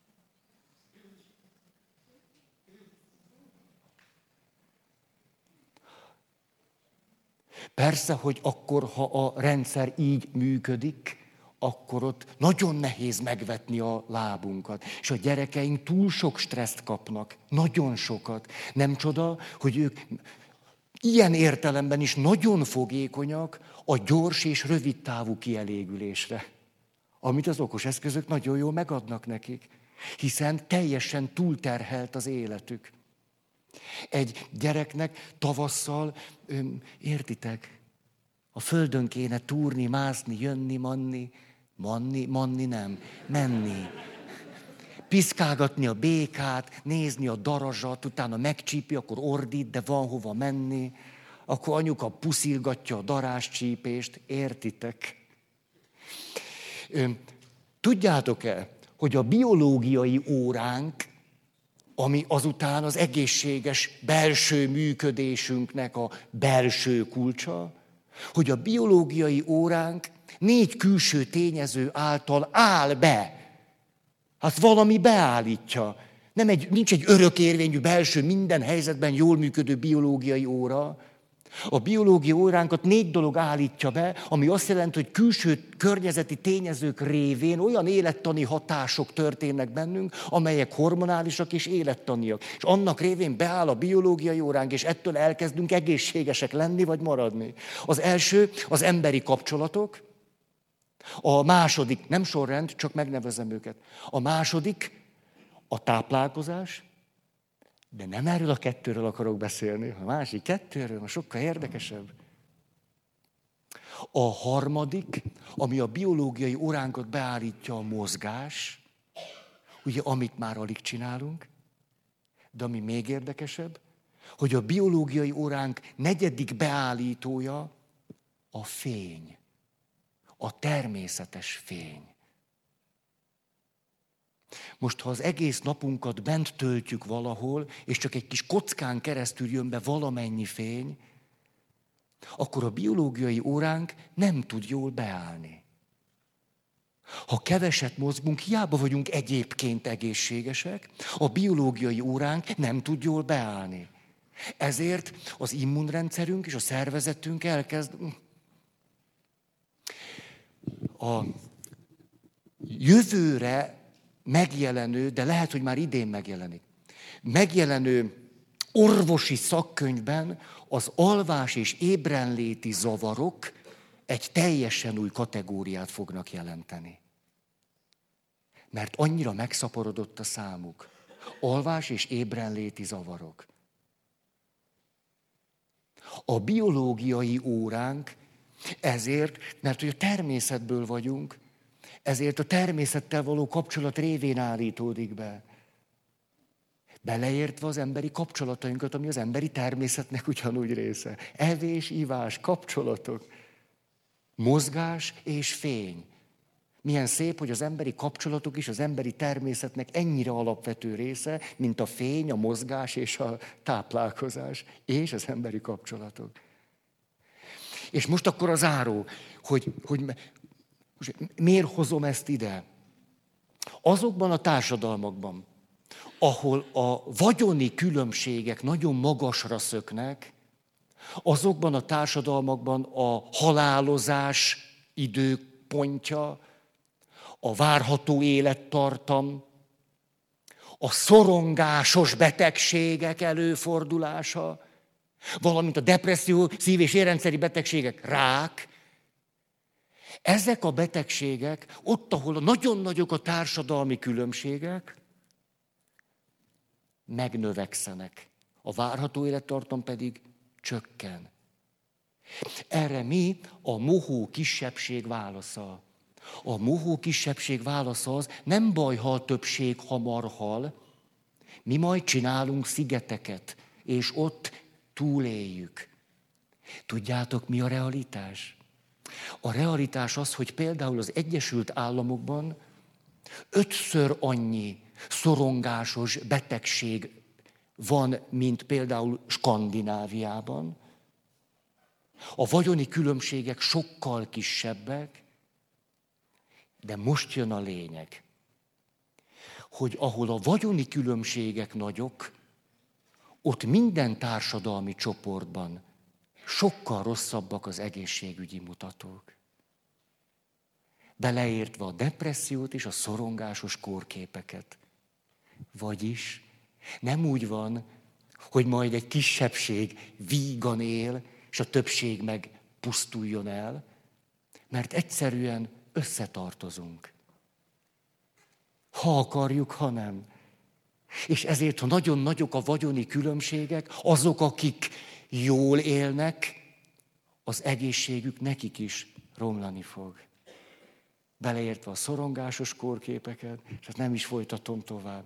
Persze, hogy akkor, ha a rendszer így működik, akkor ott nagyon nehéz megvetni a lábunkat. És a gyerekeink túl sok stresszt kapnak, nagyon sokat. Nem csoda, hogy ők ilyen értelemben is nagyon fogékonyak a gyors és rövid távú kielégülésre, amit az okos eszközök nagyon jól megadnak nekik, hiszen teljesen túlterhelt az életük. Egy gyereknek tavasszal, öm, értitek, a földön kéne túrni, mászni, jönni, manni, manni, manni nem, menni. Piszkálgatni a békát, nézni a darazsat, utána megcsípi, akkor ordít, de van hova menni. Akkor anyuka puszilgatja a darázscsípést, értitek? Tudjátok-e, hogy a biológiai óránk, ami azután az egészséges belső működésünknek a belső kulcsa, hogy a biológiai óránk négy külső tényező által áll be. Hát valami beállítja. Nem egy, nincs egy örökérvényű belső, minden helyzetben jól működő biológiai óra. A biológiai óránkat négy dolog állítja be, ami azt jelenti, hogy külső környezeti tényezők révén olyan élettani hatások történnek bennünk, amelyek hormonálisak és élettaniak. És annak révén beáll a biológiai óránk, és ettől elkezdünk egészségesek lenni vagy maradni. Az első az emberi kapcsolatok, a második, nem sorrend, csak megnevezem őket. A második a táplálkozás, de nem erről a kettőről akarok beszélni, a másik kettőről, a sokkal érdekesebb. A harmadik, ami a biológiai óránkat beállítja, a mozgás, ugye, amit már alig csinálunk, de ami még érdekesebb, hogy a biológiai óránk negyedik beállítója a fény. A természetes fény. Most, ha az egész napunkat bent töltjük valahol, és csak egy kis kockán keresztül jön be valamennyi fény, akkor a biológiai óránk nem tud jól beállni. Ha keveset mozgunk, hiába vagyunk egyébként egészségesek, a biológiai óránk nem tud jól beállni. Ezért az immunrendszerünk és a szervezetünk elkezd... A jövőre megjelenő, de lehet, hogy már idén megjelenik, megjelenő orvosi szakkönyvben az alvás és ébrenléti zavarok egy teljesen új kategóriát fognak jelenteni. Mert annyira megszaporodott a számuk. Alvás és ébrenléti zavarok. A biológiai óránk ezért, mert hogy a természetből vagyunk, ezért a természettel való kapcsolat révén állítódik be. Beleértve az emberi kapcsolatainkat, ami az emberi természetnek ugyanúgy része. Evés, ivás, kapcsolatok. Mozgás és fény. Milyen szép, hogy az emberi kapcsolatok is az emberi természetnek ennyire alapvető része, mint a fény, a mozgás és a táplálkozás, és az emberi kapcsolatok. És most akkor a záró, hogy, hogy miért hozom ezt ide? Azokban a társadalmakban, ahol a vagyoni különbségek nagyon magasra szöknek, azokban a társadalmakban a halálozás időpontja, a várható élettartam, a szorongásos betegségek előfordulása, valamint a depresszió, szív- és érrendszeri betegségek, rák. Ezek a betegségek, ott, ahol nagyon nagyok a társadalmi különbségek, megnövekszenek. A várható élettartam pedig csökken. Erre mi a mohó kisebbség válasza? A mohó kisebbség válasza az, nem baj, ha a többség hamar hal, mi majd csinálunk szigeteket, és ott túléljük. Tudjátok, mi a realitás? A realitás az, hogy például az Egyesült Államokban ötször annyi szorongásos betegség van, mint például Skandináviában. A vagyoni különbségek sokkal kisebbek, de most jön a lényeg, hogy ahol a vagyoni különbségek nagyok, ott minden társadalmi csoportban sokkal rosszabbak az egészségügyi mutatók. Beleértve a depressziót és a szorongásos kórképeket. Vagyis nem úgy van, hogy majd egy kisebbség vígan él, és a többség meg pusztuljon el, mert egyszerűen összetartozunk. Ha akarjuk, ha nem. És ezért, ha nagyon nagyok a vagyoni különbségek, azok, akik jól élnek, az egészségük nekik is romlani fog. Beleértve a szorongásos kórképeket, és ezt nem is folytatom tovább.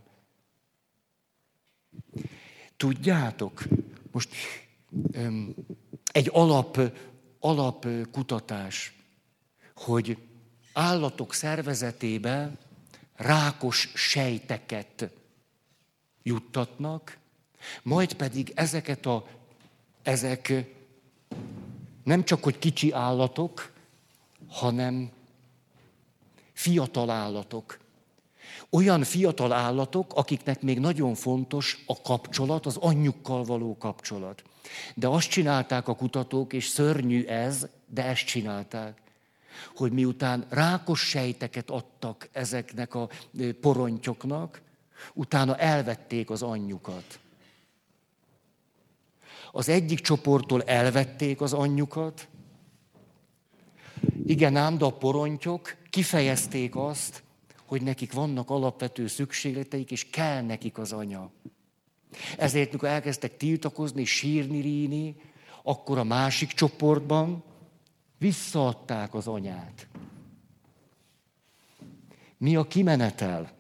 Tudjátok, most öm, egy alap, alap kutatás, hogy állatok szervezetébe rákos sejteket juttatnak, majd pedig ezeket a, ezek nem csak hogy kicsi állatok, hanem fiatal állatok. Olyan fiatal állatok, akiknek még nagyon fontos a kapcsolat, az anyjukkal való kapcsolat. De azt csinálták a kutatók, és szörnyű ez, de ezt csinálták, hogy miután rákos sejteket adtak ezeknek a porontyoknak, utána elvették az anyjukat. Az egyik csoporttól elvették az anyjukat, igen ám, de a porontyok kifejezték azt, hogy nekik vannak alapvető szükségleteik, és kell nekik az anya. Ezért, mikor elkezdtek tiltakozni, sírni, ríni, akkor a másik csoportban visszaadták az anyát. Mi a kimenetel?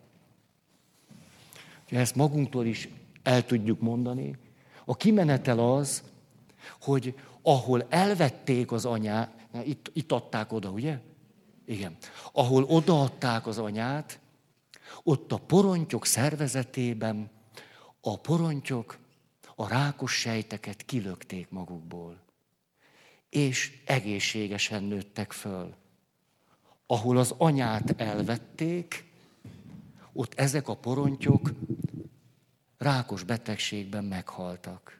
Ezt magunktól is el tudjuk mondani. A kimenetel az, hogy ahol elvették az anyát, itt, itt adták oda, ugye? Igen. Ahol odaadták az anyát, ott a porontyok szervezetében a porontyok a rákos sejteket kilökték magukból. És egészségesen nőttek föl. Ahol az anyát elvették, ott ezek a porontyok rákos betegségben meghaltak.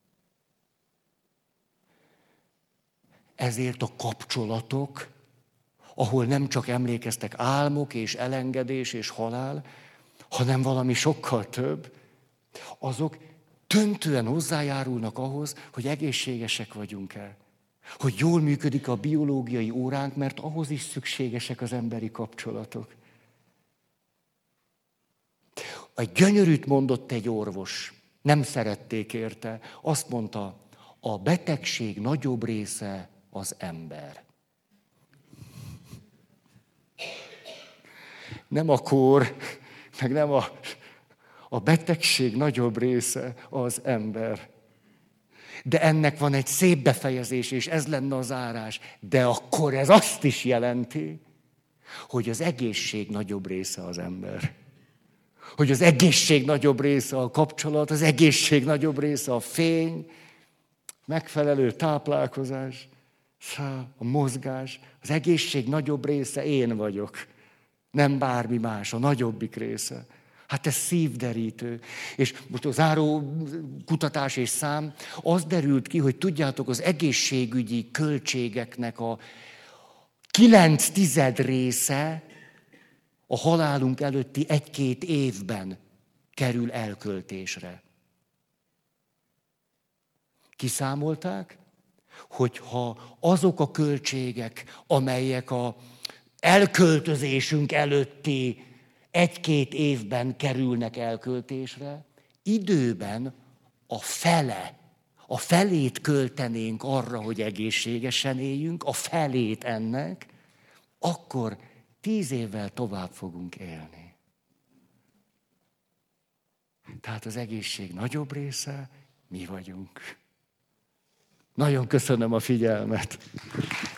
Ezért a kapcsolatok, ahol nem csak emlékeztek álmok és elengedés és halál, hanem valami sokkal több, azok döntően hozzájárulnak ahhoz, hogy egészségesek vagyunk-e. Hogy jól működik a biológiai óránk, mert ahhoz is szükségesek az emberi kapcsolatok. Egy gyönyörűt mondott egy orvos, nem szerették érte, azt mondta, a betegség nagyobb része az ember. Nem a kór, meg nem a, a betegség nagyobb része az ember. De ennek van egy szép befejezés, és ez lenne a zárás. De akkor ez azt is jelenti, hogy az egészség nagyobb része az ember. Hogy az egészség nagyobb része a kapcsolat, az egészség nagyobb része a fény, megfelelő táplálkozás, a mozgás. Az egészség nagyobb része én vagyok. Nem bármi más, a nagyobbik része. Hát ez szívderítő. És most a záró kutatás és szám, az derült ki, hogy tudjátok, az egészségügyi költségeknek a kilenc tized része a halálunk előtti egy-két évben kerül elköltésre. Kiszámolták, hogyha azok a költségek, amelyek a elköltözésünk előtti egy-két évben kerülnek elköltésre, időben a fele, a felét költenénk arra, hogy egészségesen éljünk, a felét ennek, akkor tíz évvel tovább fogunk élni. Tehát az egészség nagyobb része mi vagyunk. Nagyon köszönöm a figyelmet.